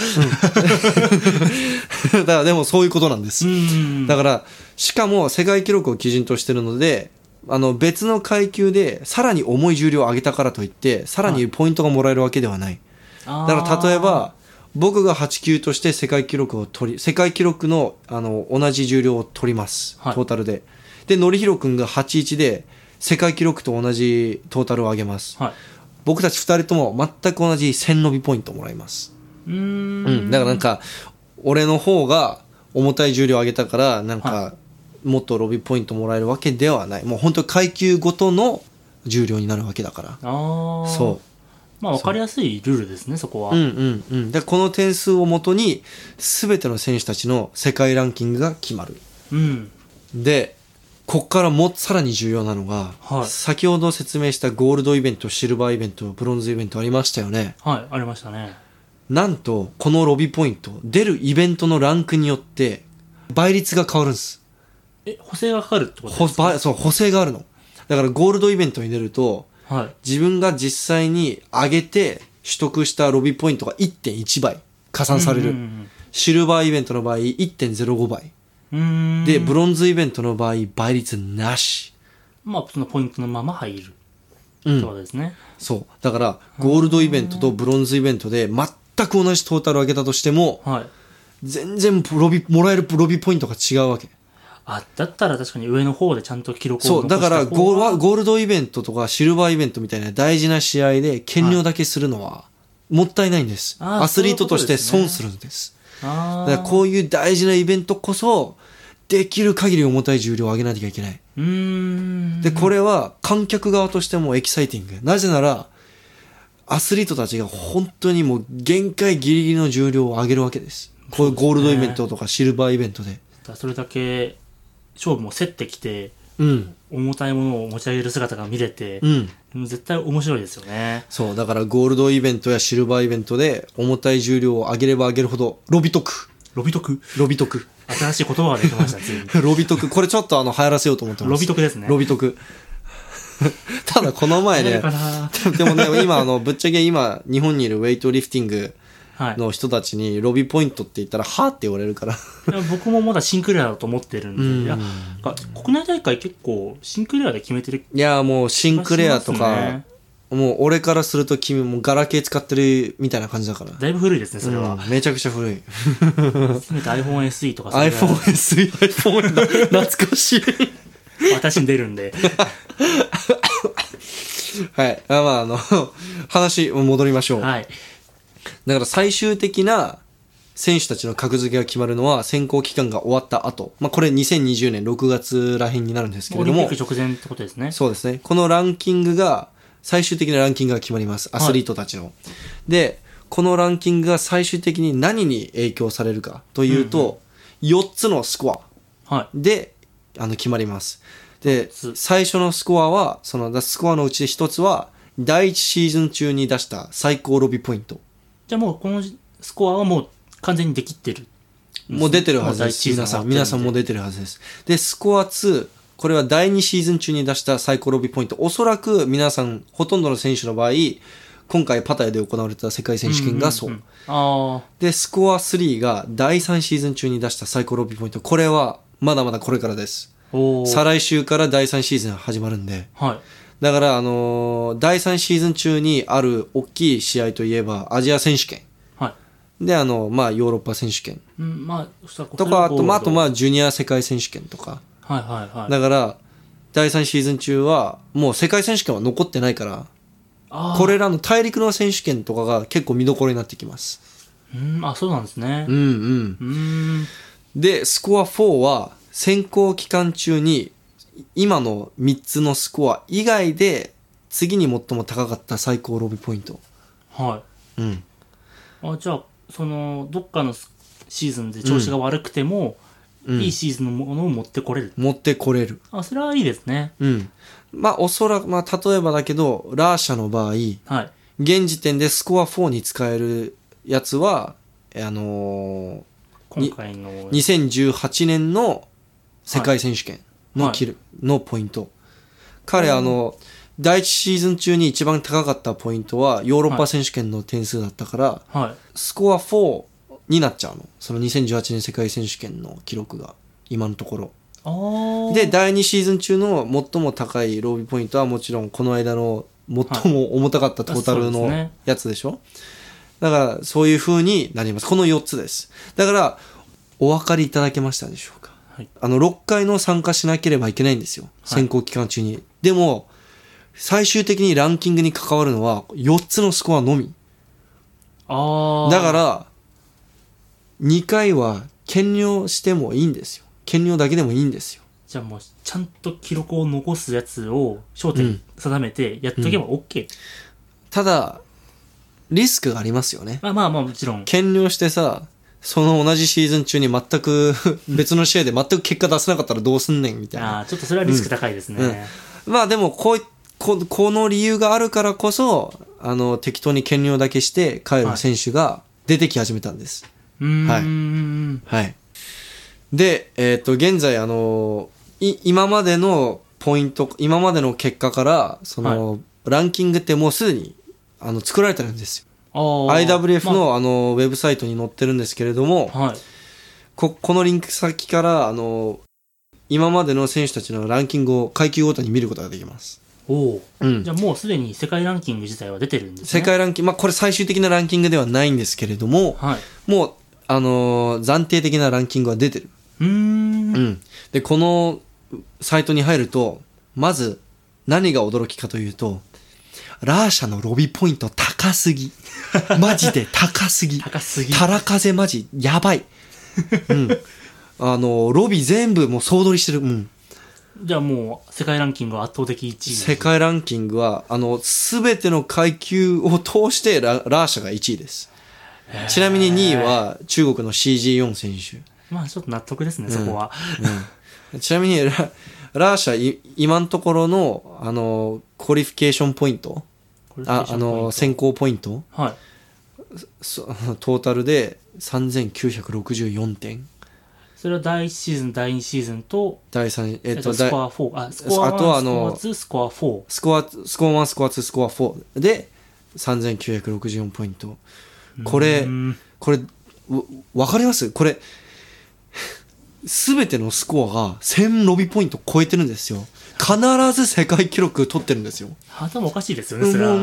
だからでもそういうことなんです。だからしかも世界記録を基準としてるので、別の階級でさらに重い重量を上げたからといってさらにポイントがもらえるわけではない。だから例えば僕が8級として世界記録を世界記録の同じ重量を取ります、トータルで。でのりひろくんが81で世界記録と同じトータルを上げます、僕たち2人とも全く同じ1000ロビポイントもらいます。だからなんか俺の方が重たい重量を上げたからなんかもっとロビポイントもらえるわけではない。もう本当階級ごとの重量になるわけだから。そう分かりやすいルールですね、そこは。 でこの点数をもとに全ての選手たちの世界ランキングが決まる。でこっからもさらに重要なのが、はい、先ほど説明したゴールドイベント、シルバーイベント、ブロンズイベントありましたよね。 はい、ありましたね。 なんと、このロビポイント、出るイベントのランクによって、倍率が変わるんです。 補正がかかるってことですか？ そう、補正があるの。だからゴールドイベントに出ると、はい、自分が実際に上げて取得したロビポイントが 1.1 倍加算される。シルバーイベントの場合 1.05 倍。で、ブロンズイベントの場合、倍率なし。 まあ、そのポイントのまま入る。ってことですね。 そう。だから、ゴールドイベントとブロンズイベントで全く同じトータルを上げたとしても、はい、全然もらえるロビポイントが違うわけ。 だったら確かに上の方でちゃんと記録を残した方が。そう、だからゴールドイベントとかシルバーイベントみたいな大事な試合で減量だけするのはもったいないんです。アスリートとして損するんです。だからこういう大事なイベントこそ、できる限り重たい重量を上げなきゃいけない。で、これは観客側としてもエキサイティング。なぜなら、アスリートたちが本当にもう限界ギリギリの重量を上げるわけです。こういうゴールドイベントとかシルバーイベントで。 それだけ勝負も競ってきて、重たいものを持ち上げる姿が見れて、絶対面白いですよね。 そう、だからゴールドイベントやシルバーイベントで重たい重量を上げれば上げるほど、ロビ得。新しい言葉が出てました、ついに。ロビ得。これちょっと流行らせようと思ってます。 ロビ得ですね。 ロビ得。ただこの前ね、でもね、今ぶっちゃけ今、日本にいるウェイトリフティングの人たちにロビポイントって言ったら、はって言われるから。 僕もまだシンクレアだと思ってるんで、いや国内大会結構シンクレアで決めてる。 いや、もうシンクレアとか、もう俺からすると君もガラケー使ってるみたいな感じだから。 だいぶ古いですね、それは。 めちゃくちゃ古い。 せめて iPhone SE とか iPhone SE、iPhone 懐かしい。 私に出るんで。 はい。まあ、話戻りましょう。 はい。 だから最終的な選手たちの格付けが決まるのは選考期間が終わった後。まあ、これ2020年6月ら辺になるんですけれども。 オリンピック直前ってことですね。 そうですね。このランキングが、最終的なランキングが決まります。アスリートたちの。はい、で、このランキングが最終的に何に影響されるかというと、4つのスコアで、決まります。で、最初のスコアは、そのスコアのうち1つは、第1シーズン中に出した最高ロビポイント。 じゃあもうこのスコアはもう完全にできってる。 もう出てるはずです。皆さんも出てるはずです。で、スコア2、これは第2シーズン中に出した最高ロビポイント。おそらく皆さん、ほとんどの選手の場合、今回パタヤで行われた世界選手権がそう。で、スコア3が第3シーズン中に出した最高ロビポイント。これはまだまだこれからです。再来週から第3シーズン始まるんで。 はい。 だから、第3シーズン中にある大きい試合といえば、アジア選手権。 はい。 で、まあ、ヨーロッパ選手権。 まあ、 とか、あと、まあ、ジュニア世界選手権とか。 はいはいはい。 だから、第3シーズン中は、もう世界選手権は残ってないから、これらの大陸の選手権とかが結構見どころになってきます。 そうなんですね。 で、スコア4は、選考期間中に、今の3つのスコア以外で、次に最も高かった最高ロビポイント。 はい。じゃあ、どっかのシーズンで調子が悪くても、いいシーズンのものを持ってこれる。 それはいいですね。 まあ、おそらく、まあ、例えばだけど、ラーシャの場合、現時点でスコア4に使えるやつは、 今回の 2018年の世界選手権のポイント。彼、第1シーズン中に一番高かったポイントは、ヨーロッパ選手権の点数だったから、スコア4になっちゃうの。その2018年世界選手権の記録が、今のところ。で、第2シーズン中の最も高いロビポイントはもちろんこの間の最も重たかったトータルのやつでしょ。だからそういう風になります。この4つです。だからお分かりいただけましたでしょうか。6回の参加しなければいけないんですよ。選考期間中に。でも最終的にランキングに関わるのは4つのスコアのみ。だから2回は減量してもいいんですよ。減量だけでもいいんですよ。 じゃあもうちゃんと記録を残すやつを焦点定めてやっとけば OK、 ただリスクがありますよね。 まあもちろん。 減量してさ、 その同じシーズン中に全く別の試合で全く結果出せなかったらどうすんねんみたいな。 ちょっとそれはリスク高いですね。 まあでもこの理由があるからこそ適当に減量だけして帰る選手が出てき始めたんです。はい。で、現在今までのポイント、今までの結果からランキングってもうすでに作られてるんですよ。IWF のウェブサイトに載ってるんですけれども、このリンク先から今までの選手たちのランキングを階級ごとに見ることができます。 じゃあもうすでに世界ランキング自体は出てるんですね。 世界ランキング、これ最終的なランキングではないんですけれども、もう暫定的なランキングは出てる。でこのサイトに入るとまず何が驚きかというと、ラーシャのロビポイント高すぎ。マジで高すぎ。タラ風マジやばい。ロビ全部もう総取りしてる。 じゃあもう世界ランキングは圧倒的1位。 世界ランキングはすべての階級を通してラーシャが1位です。ちなみに2位は中国の CG4 選手。 まあちょっと納得ですね、そこは。 ちなみにラーシャ今のところのクオリフィケーションポイント、選考ポイント、トータルで3964点。 それは第1シーズン、第2シーズンと、 第3、 スコア4。スコア1、スコア2、スコア4。 スコア1、スコア2、スコア4で3964ポイント。これ、わかります？これ、すべてのスコアが1000ロビポイント超えてるんですよ。必ず世界記録取ってるんですよ。 頭おかしいですよね、それは。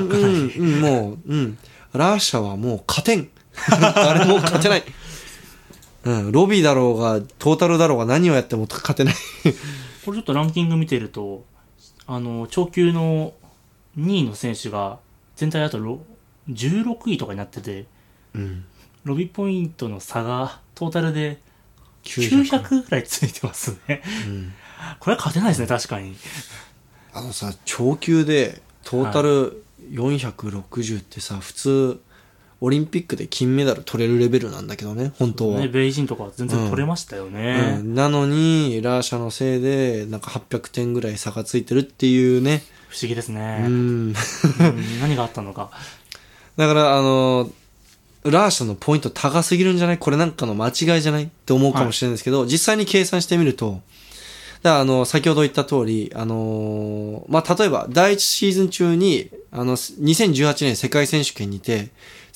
ラーシャはもう勝てん。誰も勝てない。ロビーだろうが、トータルだろうが何をやっても勝てない。 これちょっとランキング見てると、超級の2位の選手が全体だと16位とかになってて、ロビポイントの差がトータルで900ぐらいついてますね。これは勝てないですね、確かに。 超級でトータル460ってさ、普通オリンピックで金メダル取れるレベルなんだけどね、本当は。 ベイジンとか全然取れましたよね。 なのにラーシャのせいでなんか800点ぐらい差がついてるっていうね。 不思議ですね。何があったのか。 だからラーシャのポイント高すぎるんじゃない？これなんかの間違いじゃないって思うかもしれないんですけど、実際に計算してみると、先ほど言った通り、例えば第1シーズン中に2018年世界選手権にて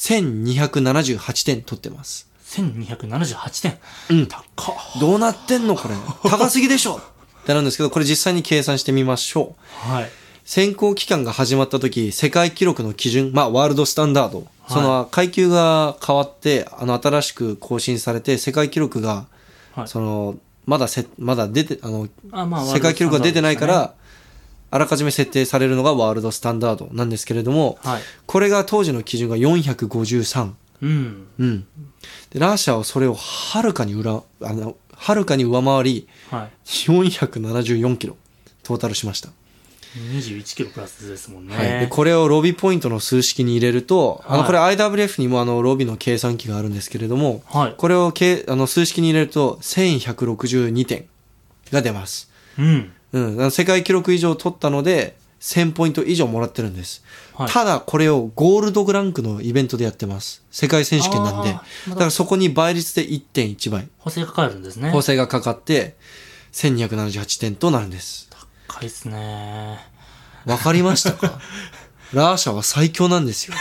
1278点取ってます。 1278点。高っ。 どうなってんのこれ。高すぎでしょってなんですけど、これ実際に計算してみましょう。選考期間が始まった時、世界記録の基準、ワールドスタンダード、その階級が変わって新しく更新されて世界記録が、まだ出て世界記録が出てないから、あらかじめ設定されるのがワールドスタンダードなんですけれども、これが当時の基準が453。でラーシャはそれをはるかに上回り、474キロトータルしました。 21キロプラスですもんね。 でこれをロビポイントの数式に入れると、これ IWF にもロビの計算機があるんですけれども、これを数式に入れると1162点が出ます。世界記録以上取ったので1000ポイント以上もらってるんです。ただこれをゴールドランクのイベントでやってます。世界選手権なんで。だからそこに倍率で 1.1 倍。 補正がかかるんですね。 補正がかかって1278点となるんです。 高いですね。 わかりましたか？ラーシャは最強なんですよ。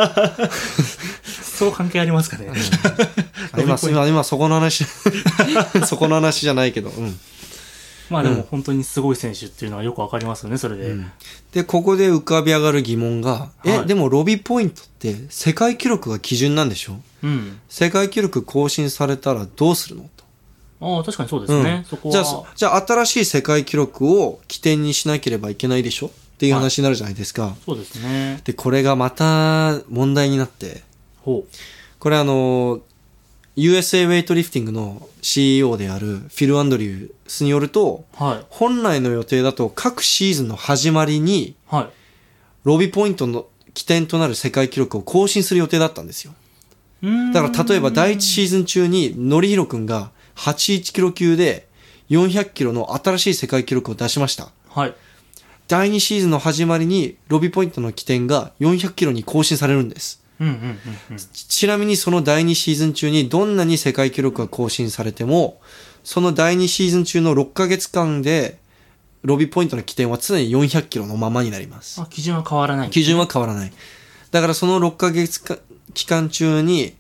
そう関係ありますかね。 今そこの話そこの話じゃないけど、 でも本当にすごい選手っていうのはよくわかりますよね、それで。 でここで浮かび上がる疑問が、でもロビポイントって世界記録が基準なんでしょ？世界記録更新されたらどうするのと。 確かにそうですね。そこはじゃあ新しい世界記録を起点にしなければいけないでしょっていう話になるじゃないですか。 そうですね。 でこれがまた問題になって、これUSA ウェイトリフティングの CEO であるフィル・アンドリュースによると、本来の予定だと各シーズンの始まりに、ロビポイントの起点となる世界記録を更新する予定だったんですよ。 だから例えば第1シーズン中に典弘くんが81キロ級で400キロの新しい世界記録を出しました。 はい。 第2シーズンの始まりにロビーポイントの起点が400キロに更新されるんです。ちなみにその第2シーズン中にどんなに世界記録が更新されても、その第2シーズン中の6ヶ月間でロビーポイントの起点は常に400キロのままになります。 基準は変わらない、 基準は変わらない。だからその6ヶ月期間中に、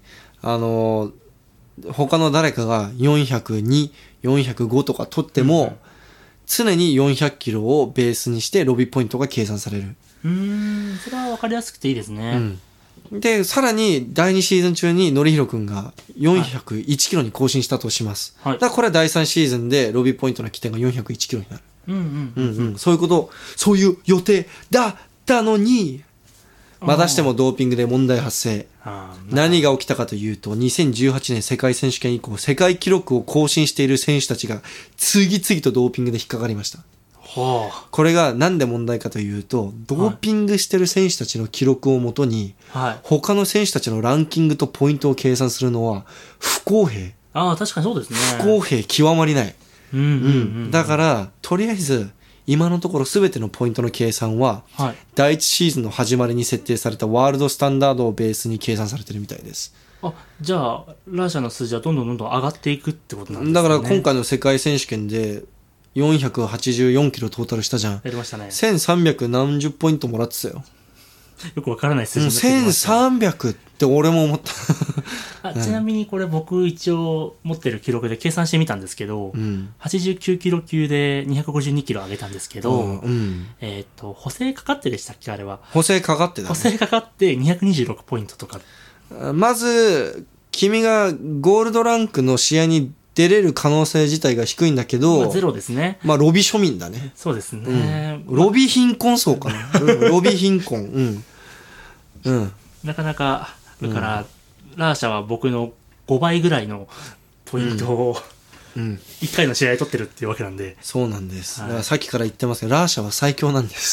他の誰かが402、405とか取っても、常に400キロをベースにしてロビーポイントが計算される。 それは分かりやすくていいですね。 で、さらに第2シーズン中に典弘くんが401キロに更新したとします。だからこれは第3シーズンでロビーポイントの起点が401キロになる。そういうこと、そういう予定だったのに、またしてもドーピングで問題発生。何が起きたかというと、2018年世界選手権以降、世界記録を更新している選手たちが次々とドーピングで引っかかりました。これがなんで問題かというと、ドーピングしてる選手たちの記録をもとに、他の選手たちのランキングとポイントを計算するのは不公平。 確かにそうですね。 不公平極まりない。だから、とりあえず、今のところ全てのポイントの計算は、第1シーズンの始まりに設定されたワールドスタンダードをベースに計算されてるみたいです。 じゃあ、ラーシャの数字はどんどん上がっていくってことなんですね。 だから今回の世界選手権で、484キロトータルしたじゃん。 やりましたね。 1300何十ポイントもらってたよ。 よくわからない数字になってきました。 1300って俺も思った。 ちなみにこれ僕一応持ってる記録で計算してみたんですけど、89キロ級で252キロ上げたんですけど、補正かかってでしたっけあれは。 補正かかってだね。 補正かかって226ポイントとか。 まず、君がゴールドランクの試合に出れる可能性自体が低いんだけど、 ゼロですね。 ロビ庶民だね。 そうですね。 ロビ貧困層かな。ロビ貧困。 なかなか、だから、ラーシャは僕の5倍ぐらいのポイントを、1回の試合で取ってるっていうわけなんで。 そうなんです。だからさっきから言ってますけど、ラーシャは最強なんです。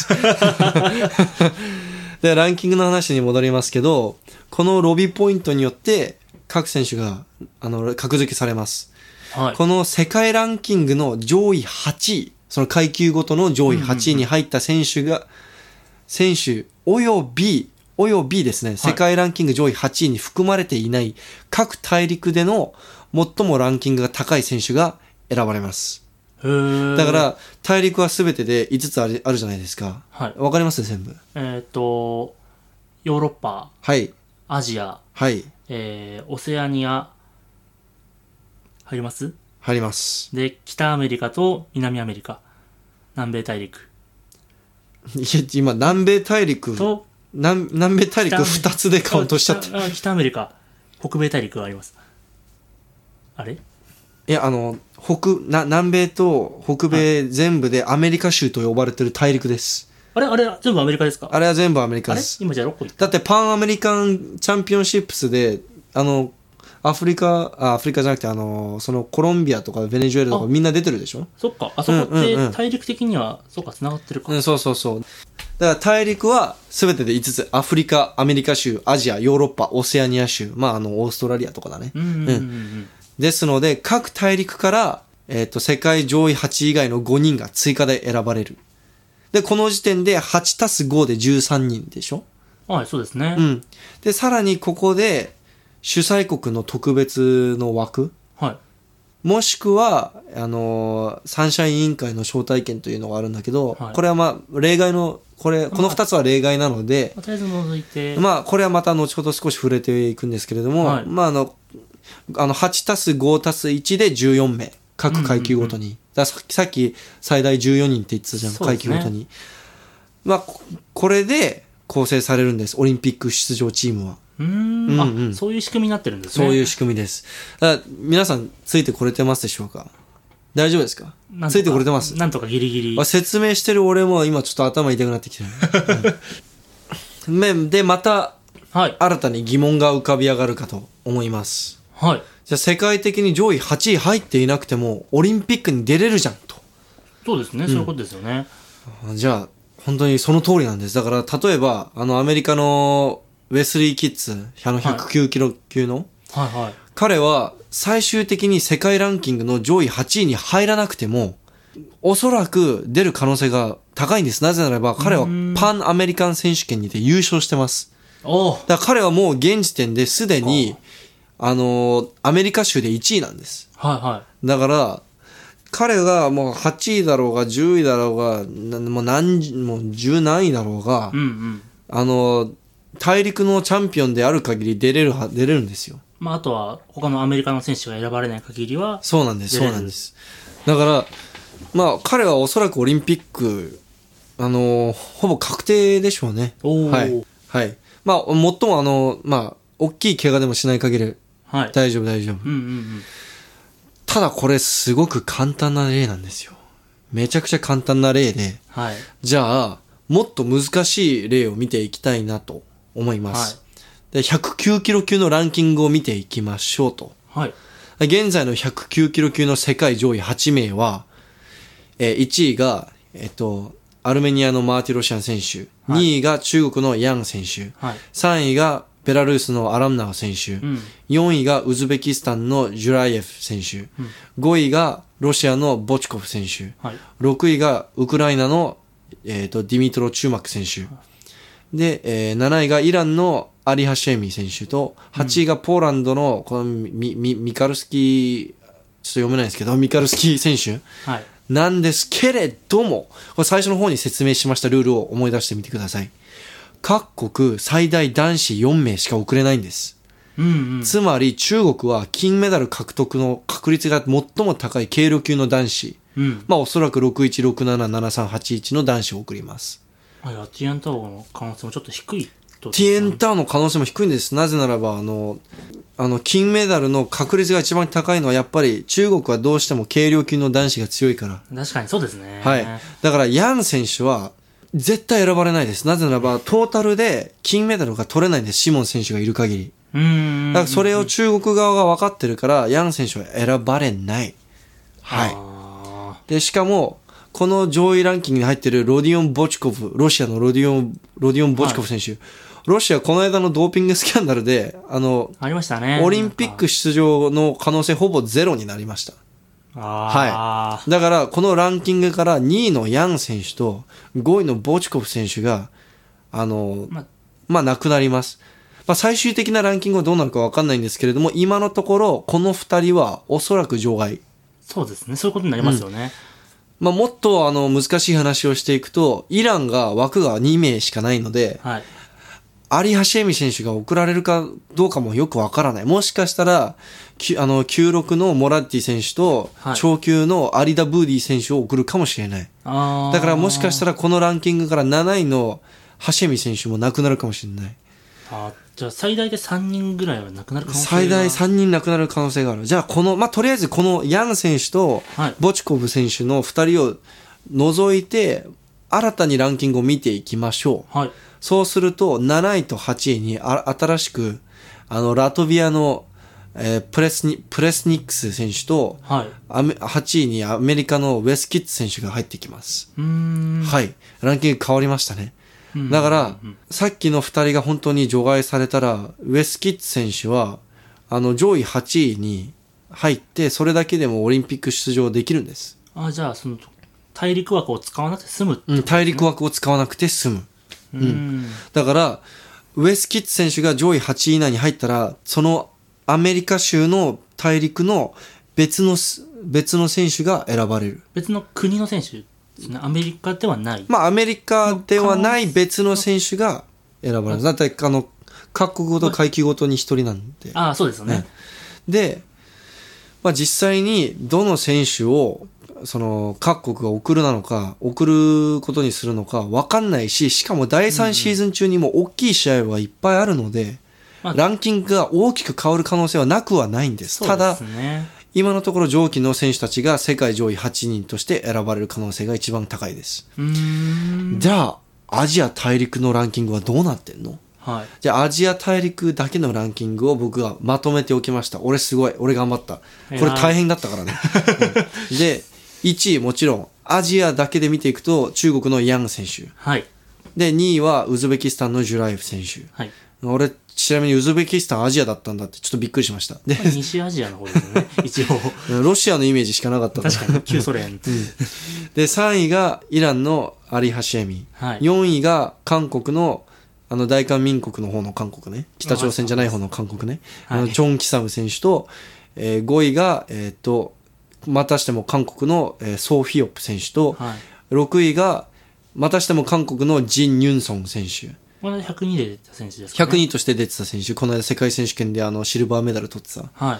で、ランキングの話に戻りますけど、このロビーポイントによって各選手が格付けされます。この世界ランキングの上位8位、その階級ごとの上位8位に入った選手およびですね、世界ランキング上位8位に含まれていない各大陸での最もランキングが高い選手が選ばれます。だから、大陸は全てで5つあるじゃないですか。わかります全部。 ヨーロッパ。アジア。オセアニア。入ります？ 入ります。 で、北アメリカと南アメリカ。南米大陸。 いや、今、南米大陸と、南米大陸2つでカウントしちゃって。 北アメリカ、北米大陸があります。あれ？ いや、南米と北米全部でアメリカ州と呼ばれてる大陸です。 あれ全部アメリカですか？ あれは全部アメリカです。 今じゃあ6個いった。 だってパンアメリカンチャンピオンシップスで、アフリカじゃなくて、そのコロンビアとかベネズエラとかみんな出てるでしょ？ そっか。あそこって大陸的には、そっか、繋がってるか。 そう。だから大陸は全てで5つ。アフリカ、アメリカ州、アジア、ヨーロッパ、オセアニア州。オーストラリアとかだね。ですので、各大陸から、世界上位8位以外の5人が追加で選ばれる。で、この時点で8たす5で13人でしょ？ はい、そうですね。 で、さらにここで、主催国の特別の枠、もしくは、サンシャイン委員会の招待権というのがあるんだけど、これは例外の、この2つは例外なので、 とりあえず除いて、 これはまた後ほど少し触れていくんですけれども、8たす5たす1で14名、各階級ごとに。さっき最大14人って言ってたじゃん、階級ごとに。これで構成されるんです、オリンピック出場チームは。 そういう仕組みになってるんですね。 そういう仕組みです。皆さんついてこれてますでしょうか？大丈夫ですか？ついてこれてます？ なんとかギリギリ。 説明してる俺も今ちょっと頭痛くなってきてる。で、また、新たに疑問が浮かび上がるかと思います。じゃあ世界的に上位8位入っていなくても、オリンピックに出れるじゃんと。 そうですね、そういうことですよね。 じゃあ、本当にその通りなんです。だから、例えば、アメリカのウェスリー・キッズ、109キロ級の、 はいはい。 彼は最終的に世界ランキングの上位8位に入らなくても、おそらく出る可能性が高いんです。なぜならば彼はパンアメリカン選手権にて優勝してます。だから彼はもう現時点ですでに、アメリカ州で1位なんです。 はいはい。 だから、彼がもう8位だろうが10位だろうが、もう10何位だろうが、大陸のチャンピオンである限り出れるんですよ。 まあ、あとは他のアメリカの選手が選ばれない限りは。 そうなんです、そうなんです。だから、まあ、彼はおそらくオリンピック、ほぼ確定でしょうね。はい。はい。まあ、最もまあ、大きい怪我でもしない限り、はい、大丈夫、大丈夫。ただこれすごく簡単な例なんですよ。めちゃくちゃ簡単な例で、はい、じゃあ、もっと難しい例を見ていきたいなと思います。はい、で109キロ級のランキングを見ていきましょうと。はい、現在の109キロ級の世界上位8名は、1位が、アルメニアのマーティロシアン選手、はい、2位が中国のヤン選手、はい、3位がベラルーシのアラムナウ選手、4位がウズベキスタンのジュライエフ選手、5位がロシアのボチコフ選手、6位がウクライナの、ディミトロ・チューマク選手、で、7位がイランのアリ・ハシェミ選手と、8位がポーランドのこのミカルスキー、ちょっと読めないですけど、ミカルスキー選手、なんですけれども、これ最初の方に説明しましたルールを思い出してみてください。各国最大男子4名しか送れないんです。つまり中国は金メダル獲得の確率が最も高い軽量級の男子、まあおそらく61、67、73、81の男子を送ります。 ティエンタオの可能性もちょっと低いと、 ティエンタオの可能性も低いんです。なぜならば金メダルの確率が一番高いのはやっぱり中国はどうしても軽量級の男子が強いから。 確かにそうですね。 はい。だからヤン選手は絶対選ばれないです。なぜならばトータルで金メダルが取れないんです。シモン選手がいる限り。だからそれを中国側が分かってるからヤン選手は選ばれない。はい。でしかもこの上位ランキングに入っているロディオン・ボチコフ、ロシアのロディオン・ボチコフ選手、ロシアこの間のドーピングスキャンダルでありましたね。 オリンピック出場の可能性ほぼゼロになりました。はい。だからこのランキングから2位のヤン選手と5位のボチコフ選手がなくなります。最終的なランキングはどうなるか分かんないんですけれども、今のところこの2人はおそらく除外。 そうですね。そういうことになりますよね。 もっと難しい話をしていくと、イランが枠が2名しかないので、アリ・ハシェミ選手が送られるかどうかもよくわからない。もしかしたら、96のモラッティ選手と、超級のアリダ・ブーディ選手を送るかもしれない。だからもしかしたらこのランキングから7位のハシェミ選手もなくなるかもしれない。 じゃあ最大で3人ぐらいはなくなる可能性が最大3人なくなる可能性がある。じゃあとりあえずこのヤン選手とボチコフ選手の2人を除いて、新たにランキングを見ていきましょう。そうすると、7位と8位に新しく、ラトビアの、プレスニックス選手と、8位にアメリカのウェスキッツ選手が入ってきます。はい。ランキング変わりましたね。だから、さっきの2人が本当に除外されたら、ウェスキッツ選手は、上位8位に入って、それだけでもオリンピック出場できるんです。 じゃあ、大陸枠を使わなくて済むってことですね。 大陸枠を使わなくて済む。だから、ウェスキッツ選手が上位8位以内に入ったら、そのアメリカ州の大陸の別の選手が選ばれる。 別の国の選手ですね。アメリカではない。 アメリカではない別の選手が選ばれる。だって各国ごと階級ごとに1人なんで。 そうですよね。 で、実際にどの選手を各国が送ることにするのか分かんないし、しかも第3シーズン中にも大きい試合はいっぱいあるので、ランキングが大きく変わる可能性はなくはないんです。ただ、今のところ上記の選手たちが世界上位8人として選ばれる可能性が一番高いです。じゃあ、アジア大陸のランキングはどうなってんの？じゃあアジア大陸だけのランキングを僕がまとめておきました。俺頑張った。これ大変だったからね。で、1位もちろんアジアだけで見ていくと中国のヤン選手、で2位はウズベキスタンのジュライフ選手、 俺、ちなみにウズベキスタンアジアだったんだってちょっとびっくりしました。 で、西アジアの方ですよね、一応。 ロシアのイメージしかなかったから。 確かに、旧ソ連。うん、 で、3位がイランのアリ・ハシエミ。はい、4位が韓国の、大韓民国の方の韓国ね。北朝鮮じゃない方の韓国ね。はい、チョン・キサム選手と、5位が、またしても韓国の、ソー・フィオップ選手と、はい、6位が、またしても韓国のジン・ニュンソン選手。 この間102で出た選手ですかね。 102として出てた選手。この間世界選手権でシルバーメダル取ってた。 はい。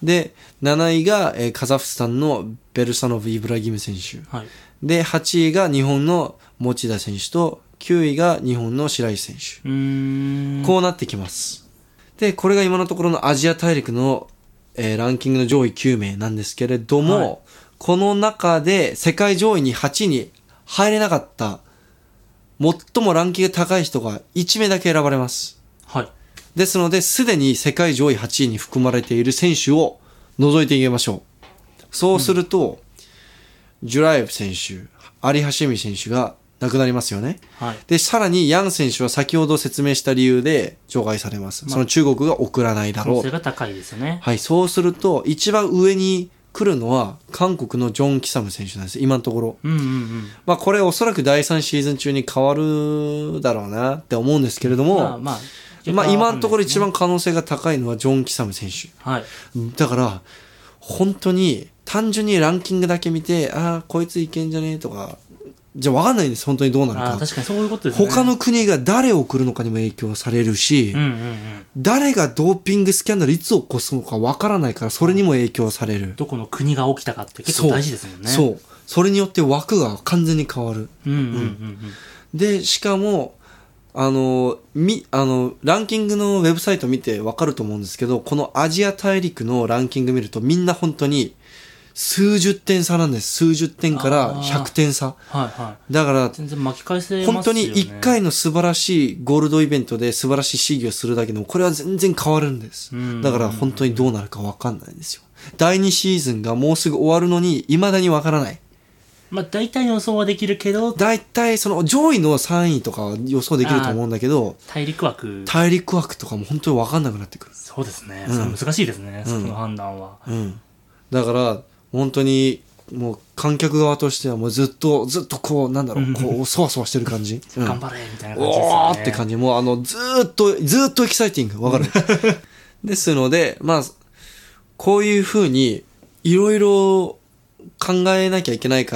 で、7位が、カザフスタンのベルサノブ・イブラギム選手。はい。で、8位が日本の持田選手と、9位が日本の白石選手。こうなってきます。で、これが今のところのアジア大陸の、ランキングの上位9名なんですけれども、はい、この中で世界上位に8位に入れなかった最もランキング高い人が1名だけ選ばれます。 はい。 ですので、すでに世界上位8位に含まれている選手を除いていきましょう。そうすると、ジュラエフ選手、アリ・ハシミ選手が亡くなりますよね。はい。で、さらにヤン選手は先ほど説明した理由で除外されます。その中国が送らないだろう。 可能性が高いですよね。 はい。そうすると、一番上に来るのは韓国のジョン・キサム選手なんです、今のところ。 うんうんうん。 まあこれおそらく第3シーズン中に変わるだろうなって思うんですけれども、まあ今のところ一番可能性が高いのはジョン・キサム選手。 はい。 だから、本当に単純にランキングだけ見て、ああ、こいついけんじゃねえとか、じゃあ分かんないんです、本当にどうなるか。 確かにそういうことですね。 他の国が誰を送るのかにも影響されるし、 うんうんうん、 誰がドーピングスキャンダルいつ起こすのか分からないから、それにも影響される。 どこの国が起きたかって結構大事ですもんね。 そう。それによって枠が完全に変わる。 うんうんうんうん、 で、しかも、ランキングのウェブサイト見て分かると思うんですけど、このアジア大陸のランキング見るとみんな本当に数十点差なんです。数十点から100点差。 はいはい。 だから、 全然巻き返せますよね。 本当に1回の素晴らしいゴールドイベントで素晴らしい試技をするだけでも、これは全然変わるんです。だから本当にどうなるか分かんないんですよ。第2シーズンがもうすぐ終わるのに、未だに分からない。 まあ大体予想はできるけど。 大体その上位の3位とかは予想できると思うんだけど、 大陸枠とかも本当に分かんなくなってくる。 そうですね。難しいですね、その判断は。 だから、本当に、もう観客側としてはもうずっとこう、なんだろう、こう、そわそわしてる感じ。 頑張れみたいな感じですね。 おーって感じ。もうずーっとエキサイティング。わかるですので、まあ、こういう風に、いろいろ考えなきゃいけないから、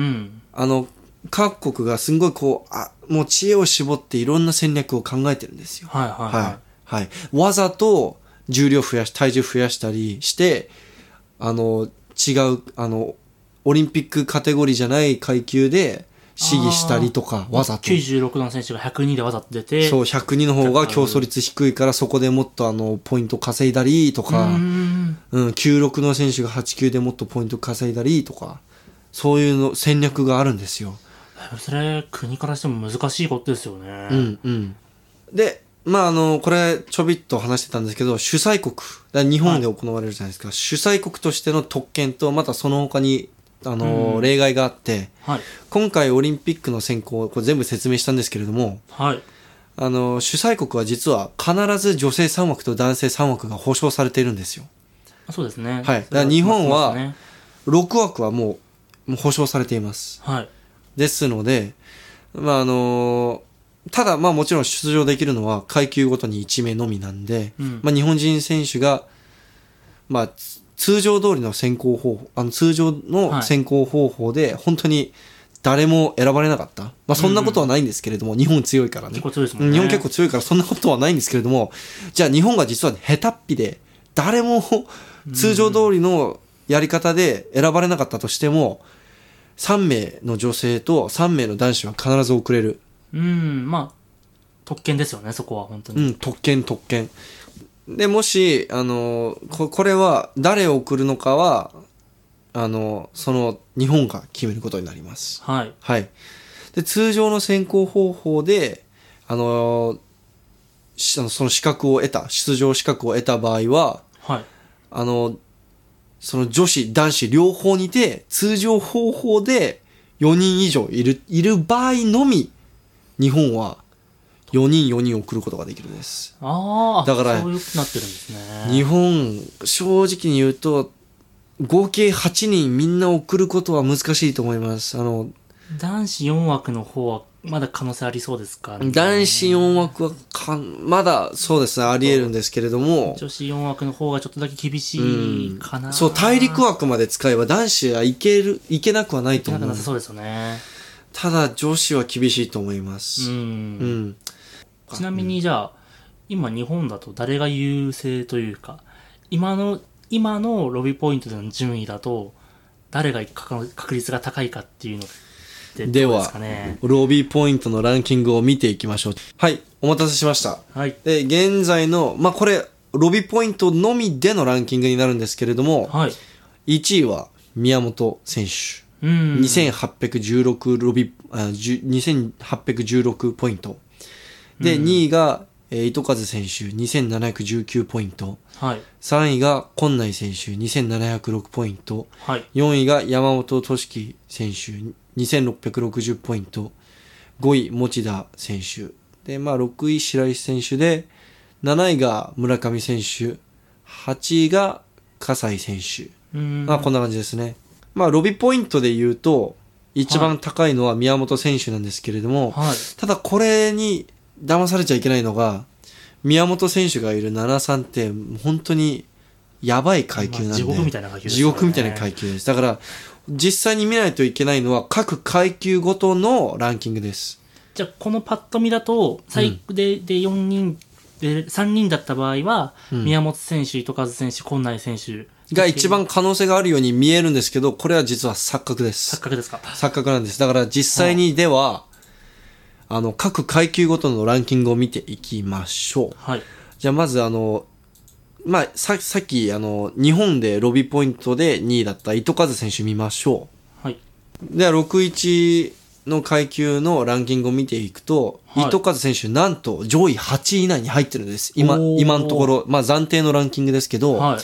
各国がすんごいこう、もう知恵を絞っていろんな戦略を考えてるんですよ。 はいはいはい。はい。 はい。わざと体重増やしたりして、違う、オリンピックカテゴリーじゃない階級で試技したりとか、わざと。 96の選手が102でわざと出て。 そう、102の方が競争率低いから、そこでもっとポイント稼いだりとか、96の選手が89でもっとポイント稼いだりとか、そういう戦略があるんですよ。 それ、国からしても難しいことですよね。 で、まあこれちょびっと話してたんですけど、主催国、日本で行われるじゃないですか、主催国としての特権と、またその他に例外があって、今回オリンピックの選考、これ全部説明したんですけれども、主催国は実は必ず女性3枠と男性3枠が保証されているんですよ。 そうですね。 はい。だから日本は6枠はもう保証されています。ですので、まあただ、まあもちろん出場できるのは階級ごとに1名のみなんで、まあ日本人選手が、まあ通常通りの選考方法、通常の選考方法で本当に誰も選ばれなかった。まあそんなことはないんですけれども、日本強いからね。 結構強いですもんね。 日本結構強いからそんなことはないんですけれども、じゃあ日本が実は下手っぴで、誰も通常通りのやり方で選ばれなかったとしても、3名の女性と3名の男子は必ず送れる。 まあ、特権ですよね、そこは、本当に。 特権。で、もし、これは、誰を送るのかは、その、日本が決めることになります。 はい。 はい。で、通常の選考方法で、その資格を得た、出場資格を得た場合は、その女子、男子両方にて、通常方法で4人以上いる場合のみ、日本は 4人4人送ることができるんです。 ああ、 だからそういうふうになってるんですね。 日本、正直に言うと、合計8人みんな送ることは難しいと思います。 男子4枠の方はまだ可能性ありそうですかね。 男子4枠はまだそうですね、あり得るんですけれども。 女子4枠の方がちょっとだけ厳しいかな。 そう、大陸枠まで使えば男子はいけなくはないと思う。 いけなくなさそうですよね。 ただ女子は厳しいと思います。 ちなみにじゃあ、今日本だと誰が優勢というか、今のロビーポイントでの順位だと、誰が確率が高いかっていうのってどうですかね。 では、ロビーポイントのランキングを見ていきましょう。はい、お待たせしました。 はい。 で、現在の、これ、ロビーポイントのみでのランキングになるんですけれども、 はい。 1位は宮本選手。2816ポイント。で、2位が、糸数選手2719ポイント。 はい。 3位が今内選手2706ポイント。 はい。 4位が山本俊樹選手2660ポイント。5位持田選手。で、6位白石選手で、7位が村上選手。8位が葛西選手。こんな感じですね。ロビポイントで言うと、一番高いのは宮本選手なんですけれども、 はい、 ただこれに騙されちゃいけないのが、宮本選手がいる73って本当にやばい階級なんで、 地獄みたいな階級ですね。 地獄みたいな階級です。だから実際に見ないといけないのは各階級ごとのランキングです。 じゃあこのパッと見だと最悪で4人で3人だった場合は、宮本選手、糸数選手、今内選手が一番可能性があるように見えるんですけど、これは実は錯覚です。 錯覚ですか？ 錯覚なんです。だから実際にでは、各階級ごとのランキングを見ていきましょう。 はい。 じゃあまずさっき日本でロビーポイントで2位だった糸数選手見ましょう。はい。 では61の階級のランキングを見ていくと、はい、糸数選手なんと上位8位以内に入ってるんです。今のところ、暫定のランキングですけど、はい、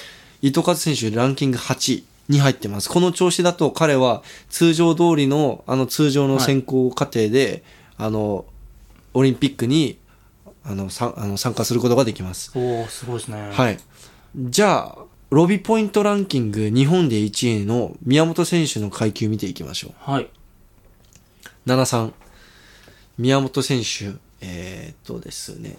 糸数選手ランキング8位に入ってます。この調子だと彼は通常通りの通常の選考過程で、はい、オリンピックに参加することができます。 おー、すごいですね。 はい。じゃあロビポイントランキング日本で1位の宮本選手の階級見ていきましょう。 はい。 73宮本選手ですね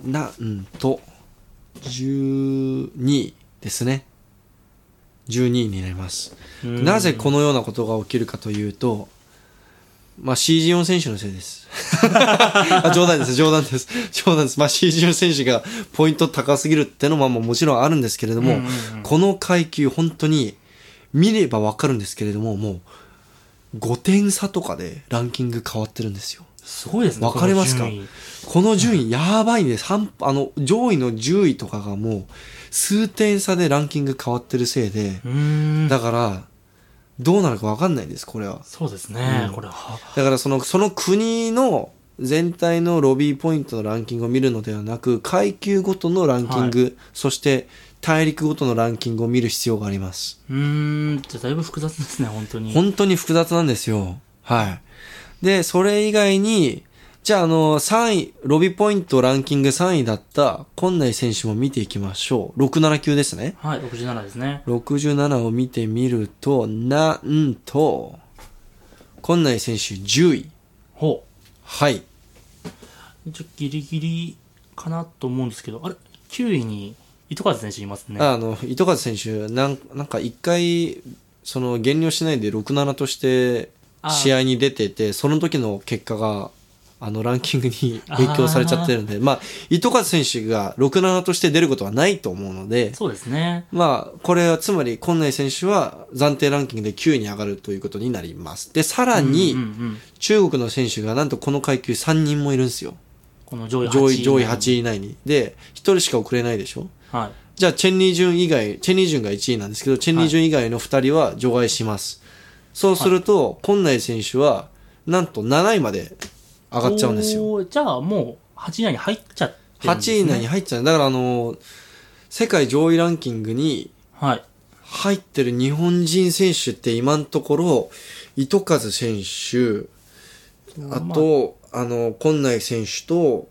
12位ですね。12位になります。なぜこのようなことが起きるかというと、CG4 選手のせいです。冗談です。CG4 選手がポイント高すぎるってのももちろんあるんですけれども、この階級本当に見ればわかるんですけれども、もう5点差とかでランキング変わってるんですよ。 すごいですね。 わかりますか？この順位やばいんです。上位の10位とかがもう数点差でランキング変わってるせいで、だからどうなるかわかんないです、これは。 そうですね、これは。 だからその国の全体のロビーポイントのランキングを見るのではなく、階級ごとのランキング、はい、そして大陸ごとのランキングを見る必要があります。 じゃあだいぶ複雑ですね、本当に。 本当に複雑なんですよ。はい。で、それ以外に、じゃあ3位、ロビーポイントランキング3位だった今内選手も見ていきましょう。679ですね。 はい、67ですね。 67を見てみると、なんと、今内選手10位。 ほう。 はい。 ギリギリかなと思うんですけど、あれ ?9 位に糸数選手いますね。 糸数選手、なんか一回、減量しないで67として試合に出てて、その時の結果が、ランキングに影響されちゃってるんで、糸数選手が67として出ることはないと思うので、 そうですね。 これはつまり、今内選手は暫定ランキングで9位に上がるということになります。で、さらに、中国の選手がなんとこの階級3人もいるんですよ。 この上位8 位以内に。で、1人しか遅れないでしょ。 はい。 じゃあ、チェンニージュンが1位なんですけど、チェンニージュン以外の2人は除外します。そうすると、今内選手は、なんと7位まで上がっちゃうんですよ。 じゃあもう8位以内に入っちゃってるんですね。 8位以内に入っちゃう。だから世界上位ランキングに入ってる日本人選手って今のところ、糸数選手、あと、今内選手と、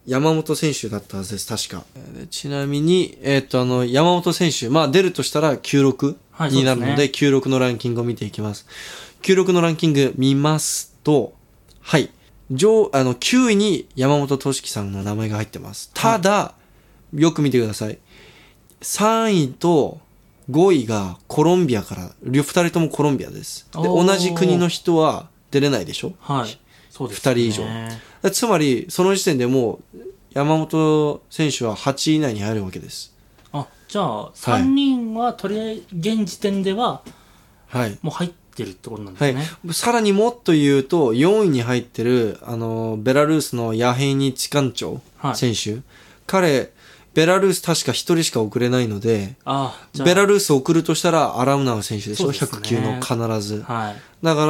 山本選手だったはずです、確か。ちなみに、山本選手、まあ出るとしたら96になるので、96のランキングを見ていきます。96のランキング見ますと、はい。9位に山本俊樹さんの名前が入ってます。ただ、よく見てください。3位と5位がコロンビアから、2人ともコロンビアです。で、同じ国の人は出れないでしょ？ はい。そうですね。 2人以上。つまり、その時点でもう、山本選手は8位以内に入るわけです。 じゃあ、3人は、とりあえず、現時点では、 はい。 もう入ってるってことなんですね。 はい。さらにもっと言うと、4位に入ってる、ベラルースのヤヘイニ・チカンチョ選手。はい、彼、ベラルース確か1人しか送れないので、ベラルース送るとしたらアラウナウ選手でしょ、100級の必ず。はい。だから、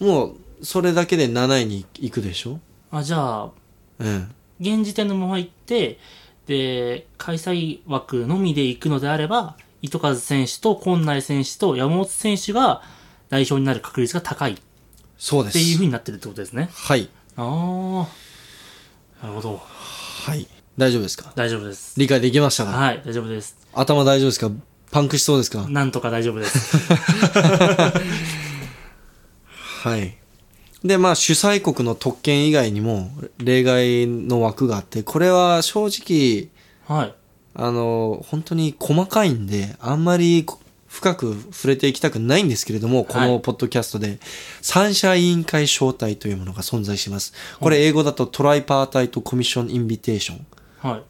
もう、それだけで7位に行くでしょ。 じゃあ、現時点のまま行って、で、開催枠のみで行くのであれば、糸数選手と近内選手と山本選手が代表になる確率が高い。 そうです。 っていう風になってるってことですね。 はい。 なるほど。 はい。大丈夫ですか？ 大丈夫です。 理解できましたか？ はい、大丈夫です。 頭大丈夫ですか？パンクしそうですか？ なんとか大丈夫です。 はい。で、まあ、主催国の特権以外にも、例外の枠があって、これは正直、はい。本当に細かいんで、あんまり深く触れていきたくないんですけれども、このポッドキャストで、三者委員会招待というものが存在します。これ英語だとトライパータイトコミッションインビテーション。はい。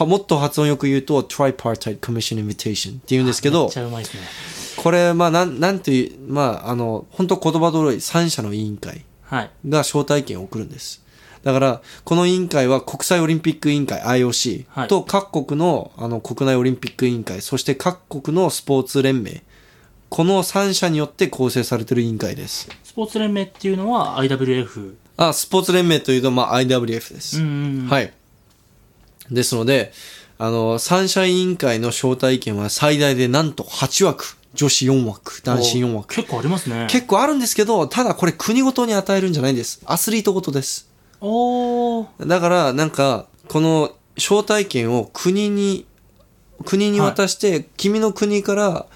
もっと発音よく言うと、トライパータイトコミッションインビテーションって言うんですけど、 めっちゃうまいですね。 これ、まあ、なんていう、まあ、本当言葉通り三者の委員会が招待権を送るんです。だから、この委員会は国際オリンピック委員会 IOC と各国の、国内オリンピック委員会、そして各国のスポーツ連盟、この3社によって構成されている委員会です。 スポーツ連盟っていうのは IWF？ スポーツ連盟というと、まあ、IWF です。はい。ですので、三者委員会の招待権は最大でなんと8枠。女子4枠、男子4枠。 結構ありますね。 結構あるんですけど、ただこれ国ごとに与えるんじゃないんです。アスリートごとです。だから、なんか、この招待権を国に渡して、君の国から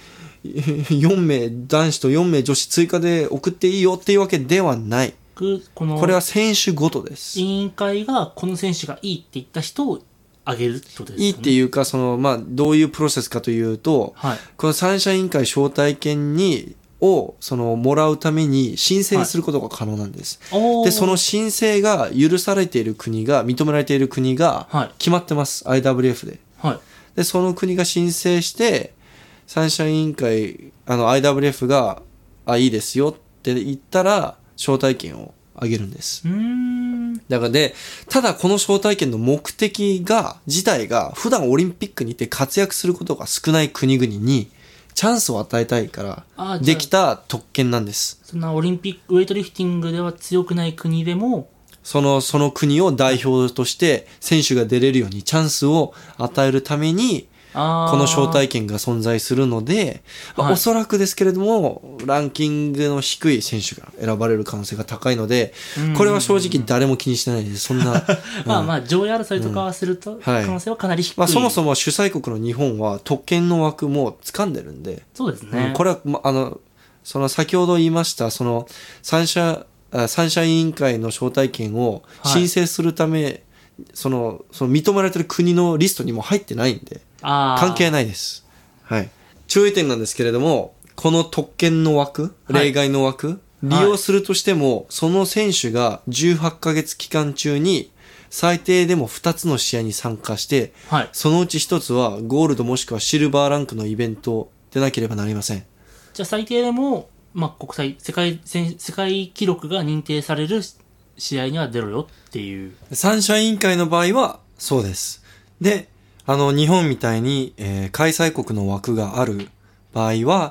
4名男子と4名女子追加で送っていいよっていうわけではない。これは選手ごとです。 委員会がこの選手がいいって言った人をあげるってことですかね。 いいっていうか、まあ、どういうプロセスかというと、この三者委員会招待権をもらうために申請することが可能なんです。で、その申請が許されている国が、認められている国が決まってます。IWF で。で、その国が申請して、三者委員会、IWF が、いいですよって言ったら、招待権をあげるんです。だからただこの招待権の目的自体が普段オリンピックにて活躍することが少ない国々にチャンスを与えたいからできた特権なんです。 そんなオリンピック、ウェイトリフティングでは強くない国でも、 その国を代表として選手が出れるようにチャンスを与えるために、この招待権が存在するので、おそらくですけれども、ランキングの低い選手が選ばれる可能性が高いので、これは正直誰も気にしてないです。そんな。 まあ、上位争いとかはすると、可能性はかなり低い。 そもそも主催国の日本は特権の枠も掴んでるんで。 そうですね。 これは、先ほど言いました、三者委員会の招待権を申請するため、認められてる国のリストにも入ってないんで、関係ないです。はい。注意点なんですけれども、この特権の枠、例外の枠、利用するとしても、その選手が18ヶ月期間中に最低でも2つの試合に参加して、そのうち1つはゴールドもしくはシルバーランクのイベントでなければなりません。 じゃあ最低でも、まあ、世界記録が認定される試合には出ろよっていう。 三者委員会の場合は、そうです。で、日本みたいに、開催国の枠がある場合は、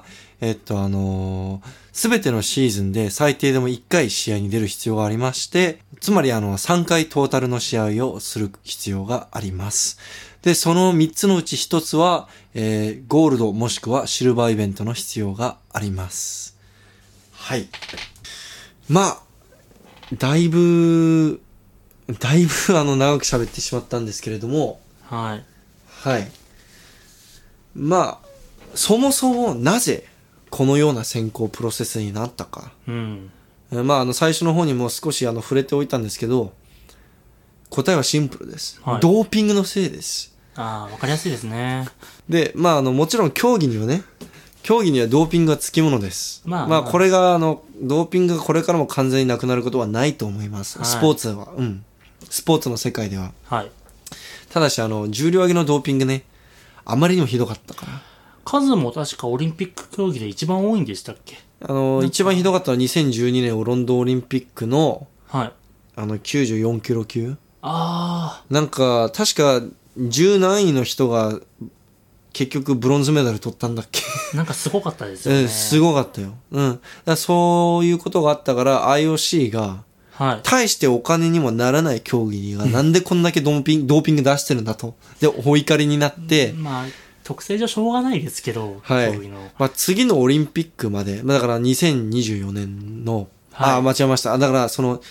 すべてのシーズンで最低でも1回試合に出る必要がありまして、つまり3回トータルの試合をする必要があります。で、その3つのうち1つは、ゴールドもしくはシルバーイベントの必要があります。はい。まあ、だいぶ、 だいぶ長く喋ってしまったんですけれども、 はい。 はい。まあ、そもそもなぜこのような選考プロセスになったか。 うん。 まあ、最初の方にも少し触れておいたんですけど、答えはシンプルです。 はい、 ドーピングのせいです。 ああ、わかりやすいですね。 で、まあ、もちろん競技にはドーピングがつきものです。まあ、これが、ドーピングがこれからも完全になくなることはないと思います。はい、スポーツは。うん。スポーツの世界では。 はい。 ただし、重量挙げのドーピングね、あまりにもひどかったから。 数も確かオリンピック競技で一番多いんでしたっけ？ 一番ひどかったのは2012年ロンドンオリンピックの、 はい。 94キロ級。 ああ。 なんか、確か、10何位の人が、結局ブロンズメダル取ったんだっけなんかすごかったですよね。 すごかったよ。うん。そういうことがあったから IOC が、 はい。 大してお金にもならない競技がなんでこんだけドーピング出してるんだと。で、お怒りになって。 まあ、特性上しょうがないですけど、 はい。競技の。まあ、次のオリンピックまで、だから2024年の、はい、間違えました。だから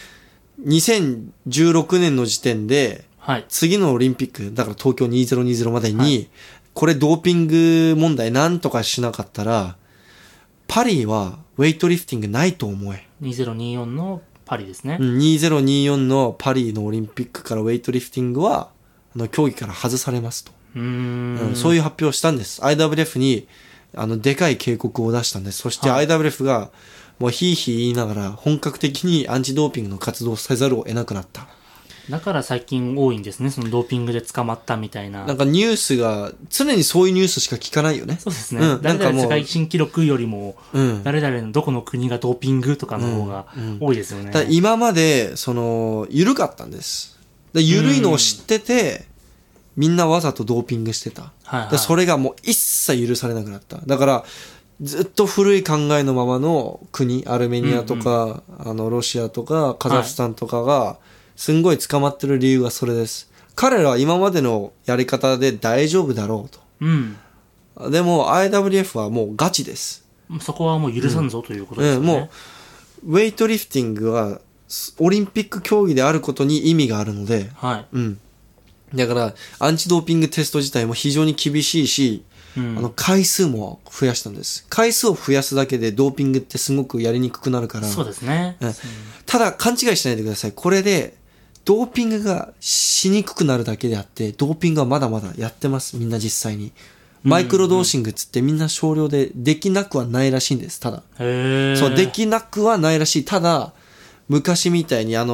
2016年の時点で、はい、次のオリンピック、だから東京2020までに、はい、これドーピング問題なんとかしなかったら、パリはウェイトリフティングないと思え。 2024のパリですね。 2024のパリのオリンピックからウェイトリフティングは、競技から外されますと。そういう発表をしたんです。IWF に、でかい警告を出したんです。そして IWF が、もうヒーヒー言いながら、本格的にアンチドーピングの活動をせざるを得なくなった。 だから最近多いんですね。そのドーピングで捕まったみたいな。 なんかニュースが、常にそういうニュースしか聞かないよね。 そうですね。うん、誰々世界新記録よりも、誰々のどこの国がドーピングとかの方が多いですよね。 だ今まで、緩かったんです。緩いのを知ってて、みんなわざとドーピングしてた。はいはい、それがもう一切許されなくなった。だから、ずっと古い考えのままの国、アルメニアとか、ロシアとか、カザフスタンとかが、すんごい捕まってる理由がそれです。彼らは今までのやり方で大丈夫だろうと。うん。でも IWF はもうガチです。 そこはもう許さんぞ、ということですよね。 もう、ウェイトリフティングはオリンピック競技であることに意味があるので、はい。うん。だから、アンチドーピングテスト自体も非常に厳しいし、回数も増やしたんです。回数を増やすだけでドーピングってすごくやりにくくなるから。 そうですね。 ただ、勘違いしないでください。これで、ドーピングがしにくくなるだけであって、ドーピングはまだまだやってます。みんな実際に。マイクロドーシングっつってみんな少量でできなくはないらしいんです。ただ。そう、できなくはないらしい。ただ、昔みたいに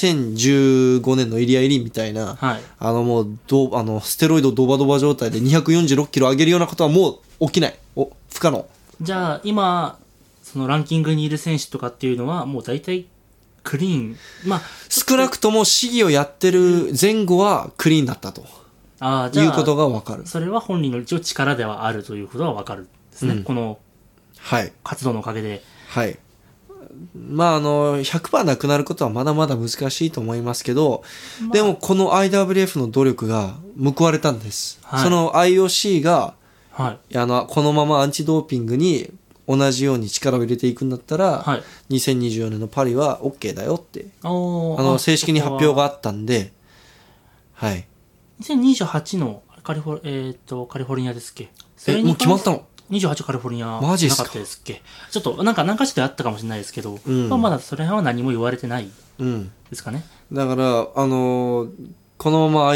2015年のイリア・イリンみたいな、はい、もうステロイドドバドバ状態で246キロ上げるようなことはもう起きない。不可能。 じゃあ、今、そのランキングにいる選手とかっていうのは、もう大体、クリーン。まあ、 少なくとも試技をやってる前後はクリーンだったと。あ、じゃあいうことがわかる。 それは本人の一応力ではあるということはわかるんですね。この、はい。活動のおかげで。 はい。まあ100% なくなることはまだまだ難しいと思いますけど、でもこの IWF の努力が報われたんです。はい、その IOC が、はい、このままアンチドーピングに同じように力を入れていくんだったら、はい、2024年のパリは OK だよって、正式に発表があったんで、はい。 2028のカリフォルニアですっけ？ もう決まったの ？28カリフォルニアなかったですっけ？ちょっと何か所であったかもしれないですけど、まだそれは何も言われてないですかね。 だからこのまま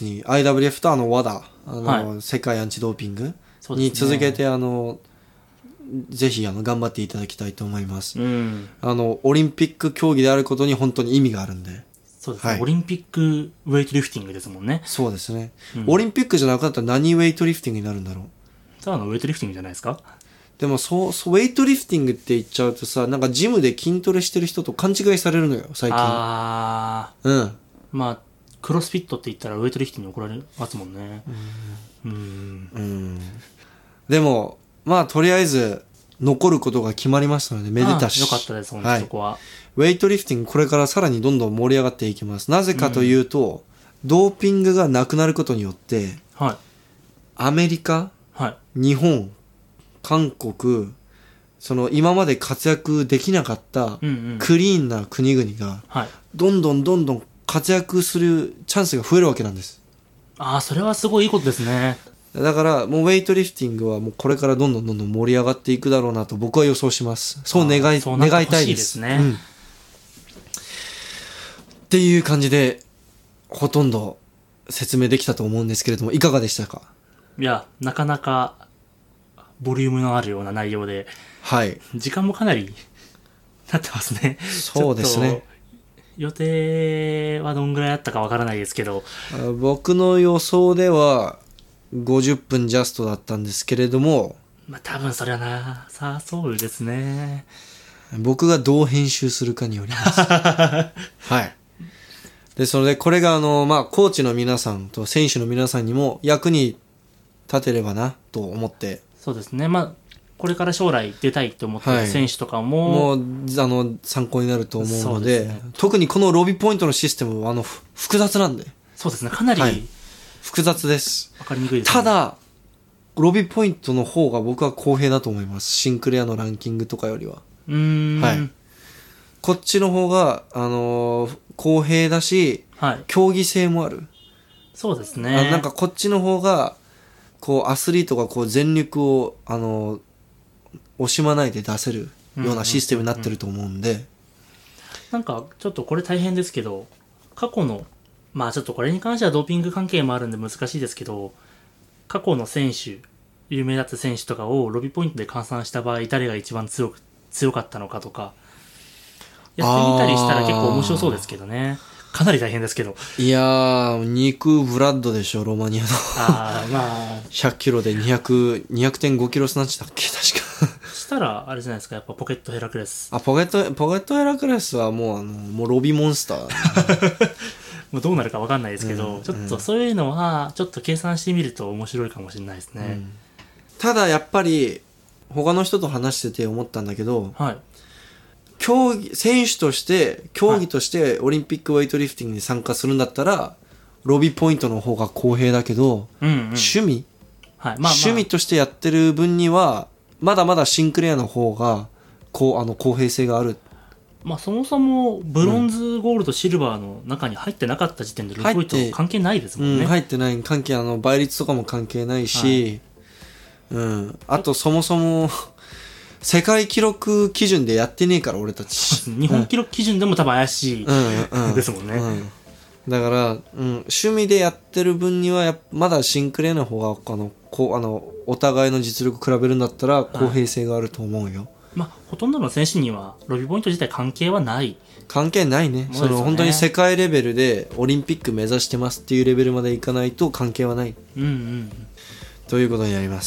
IWF とWADA、はい、世界アンチドーピングに続けてぜひ頑張っていただきたいと思います。オリンピック競技であることに本当に意味があるんで。 そうですね、はい、オリンピックウェイトリフティングですもんね。 そうですね、オリンピックじゃなくなったら何ウェイトリフティングになるんだろう。 ただのウェイトリフティングじゃないですか。 でもウェイトリフティングって言っちゃうとさ、なんかジムで筋トレしてる人と勘違いされるのよ最近。ああ、うん。 まあクロスフィットって言ったらウェイトリフティングに怒られますもんね。 でもまあとりあえず残ることが決まりましたのでめでたし。 よかったです本当、はい、そこは。 ウェイトリフティングこれからさらにどんどん盛り上がっていきます。なぜかというと、ドーピングがなくなることによって、はい、アメリカ、はい、日本、韓国、今まで活躍できなかったクリーンな国々が、どんどん活躍するチャンスが増えるわけなんです。 ああ、それはすごいいいことですね。 だからもうウェイトリフティングはもうこれからどんどん盛り上がっていくだろうなと僕は予想します。そう願いたいです。 ね、 っていう感じでほとんど説明できたと思うんですけれども、いかがでしたか？ いや、なかなかボリュームのあるような内容で、 はい、 時間もかなり経ってますね。 そうですね。 予定はどんぐらいあったかわからないですけど、 僕の予想では50分ジャストだったんですけれども、 まあ多分それはなさそうですね。 僕がどう編集するかによります。はい。で、それでこれがまあコーチの皆さんと選手の皆さんにも役に立てればなと思って。 そうですね。まあこれから将来出たいと思っている選手とかも、 もう参考になると思うので、特にこのロビーポイントのシステムは複雑なんで。 そうですね。かなり、 複雑です。 わかりにくいですね。 ただロビーポイントの方が僕は公平だと思います。シンクレアのランキングとかよりは。はい。こっちの方が公平だし、競技性もある。 そうですね。 なんかこっちの方がこうアスリートがこう全力を惜しまないで出せるようなシステムになってると思うんで、 なんかちょっとこれ大変ですけど、過去のまあちょっとこれに関してはドーピング関係もあるんで難しいですけど、過去の選手、有名だった選手とかをロビーポイントで換算した場合、誰が一番強かったのかとかやってみたりしたら結構面白そうですけどね。かなり大変ですけど。いやー、肉ブラッドでしょ、ロマニアの。 まあ。 100キロで200.5 キロスナッチだっけ、確か。 したら、あれじゃないですか、やっぱポケットヘラクレス。 ポケットヘラクレスはもうロビモンスター。 もうどうなるか分かんないですけど、ちょっとそういうのは、ちょっと計算してみると面白いかもしれないですね。 ただやっぱり、他の人と話してて思ったんだけど、選手として競技としてオリンピックウェイトリフティングに参加するんだったらロビーポイントの方が公平だけど、趣味、趣味としてやってる分にはまだまだシンクレアの方が公平性がある。 まあそもそもブロンズ、ゴールド、シルバーの中に入ってなかった時点でロビーポイント関係ないですもんね。 入ってない関係倍率とかも関係ないし、あとそもそも世界記録基準でやってねえから俺たち。 日本記録基準でも多分怪しいですもんね。 だから、趣味でやってる分にはまだシンクレアの方がお互いの実力比べるんだったら公平性があると思うよ。 まあほとんどの選手にはロビーポイント自体関係はない。 関係ないね。本当に世界レベルでオリンピック目指してますっていうレベルまでいかないと関係はない。ということになります。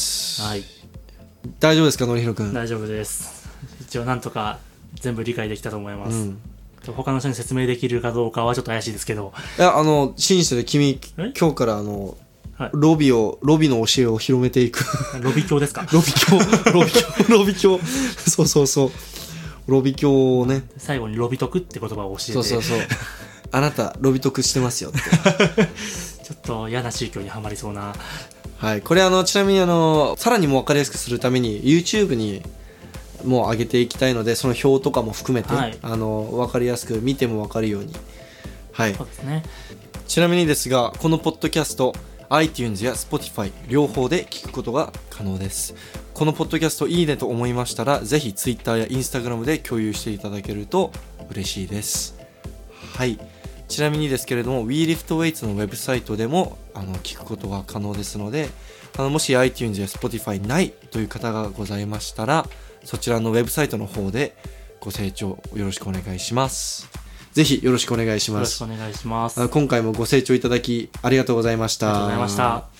はい。 大丈夫ですか、のりひろくん。 大丈夫です。一応なんとか全部理解できたと思います。他の人に説明できるかどうかはちょっと怪しいですけど。 いや、真実で君、今日からロビの教えを広めていく。 ロビ教ですか？ ロビ教。そう。ロビ教をね。 最後にロビ徳って言葉を教えて。 そう。あなた、ロビ徳してますよって。 ちょっと嫌な宗教にはまりそうな。 はい、これちなみにさらにも分かりやすくするために YouTube にもう上げていきたいので、その表とかも含めて、分かりやすく見ても分かるように。はい。 そうですね。 ちなみにですが、このポッドキャスト iTunes や Spotify 両方で聞くことが可能です。このポッドキャストいいねと思いましたら、ぜひ Twitter や Instagram で共有していただけると嬉しいです。はい。ちなみにですけれども WeLiftWeights のウェブサイトでも聞くことが可能ですので、もし iTunes や Spotify ないという方がございましたら、そちらのウェブサイトの方でご清聴よろしくお願いします。ぜひよろしくお願いします。 よろしくお願いします。 今回もご清聴いただきありがとうございました。 ありがとうございました。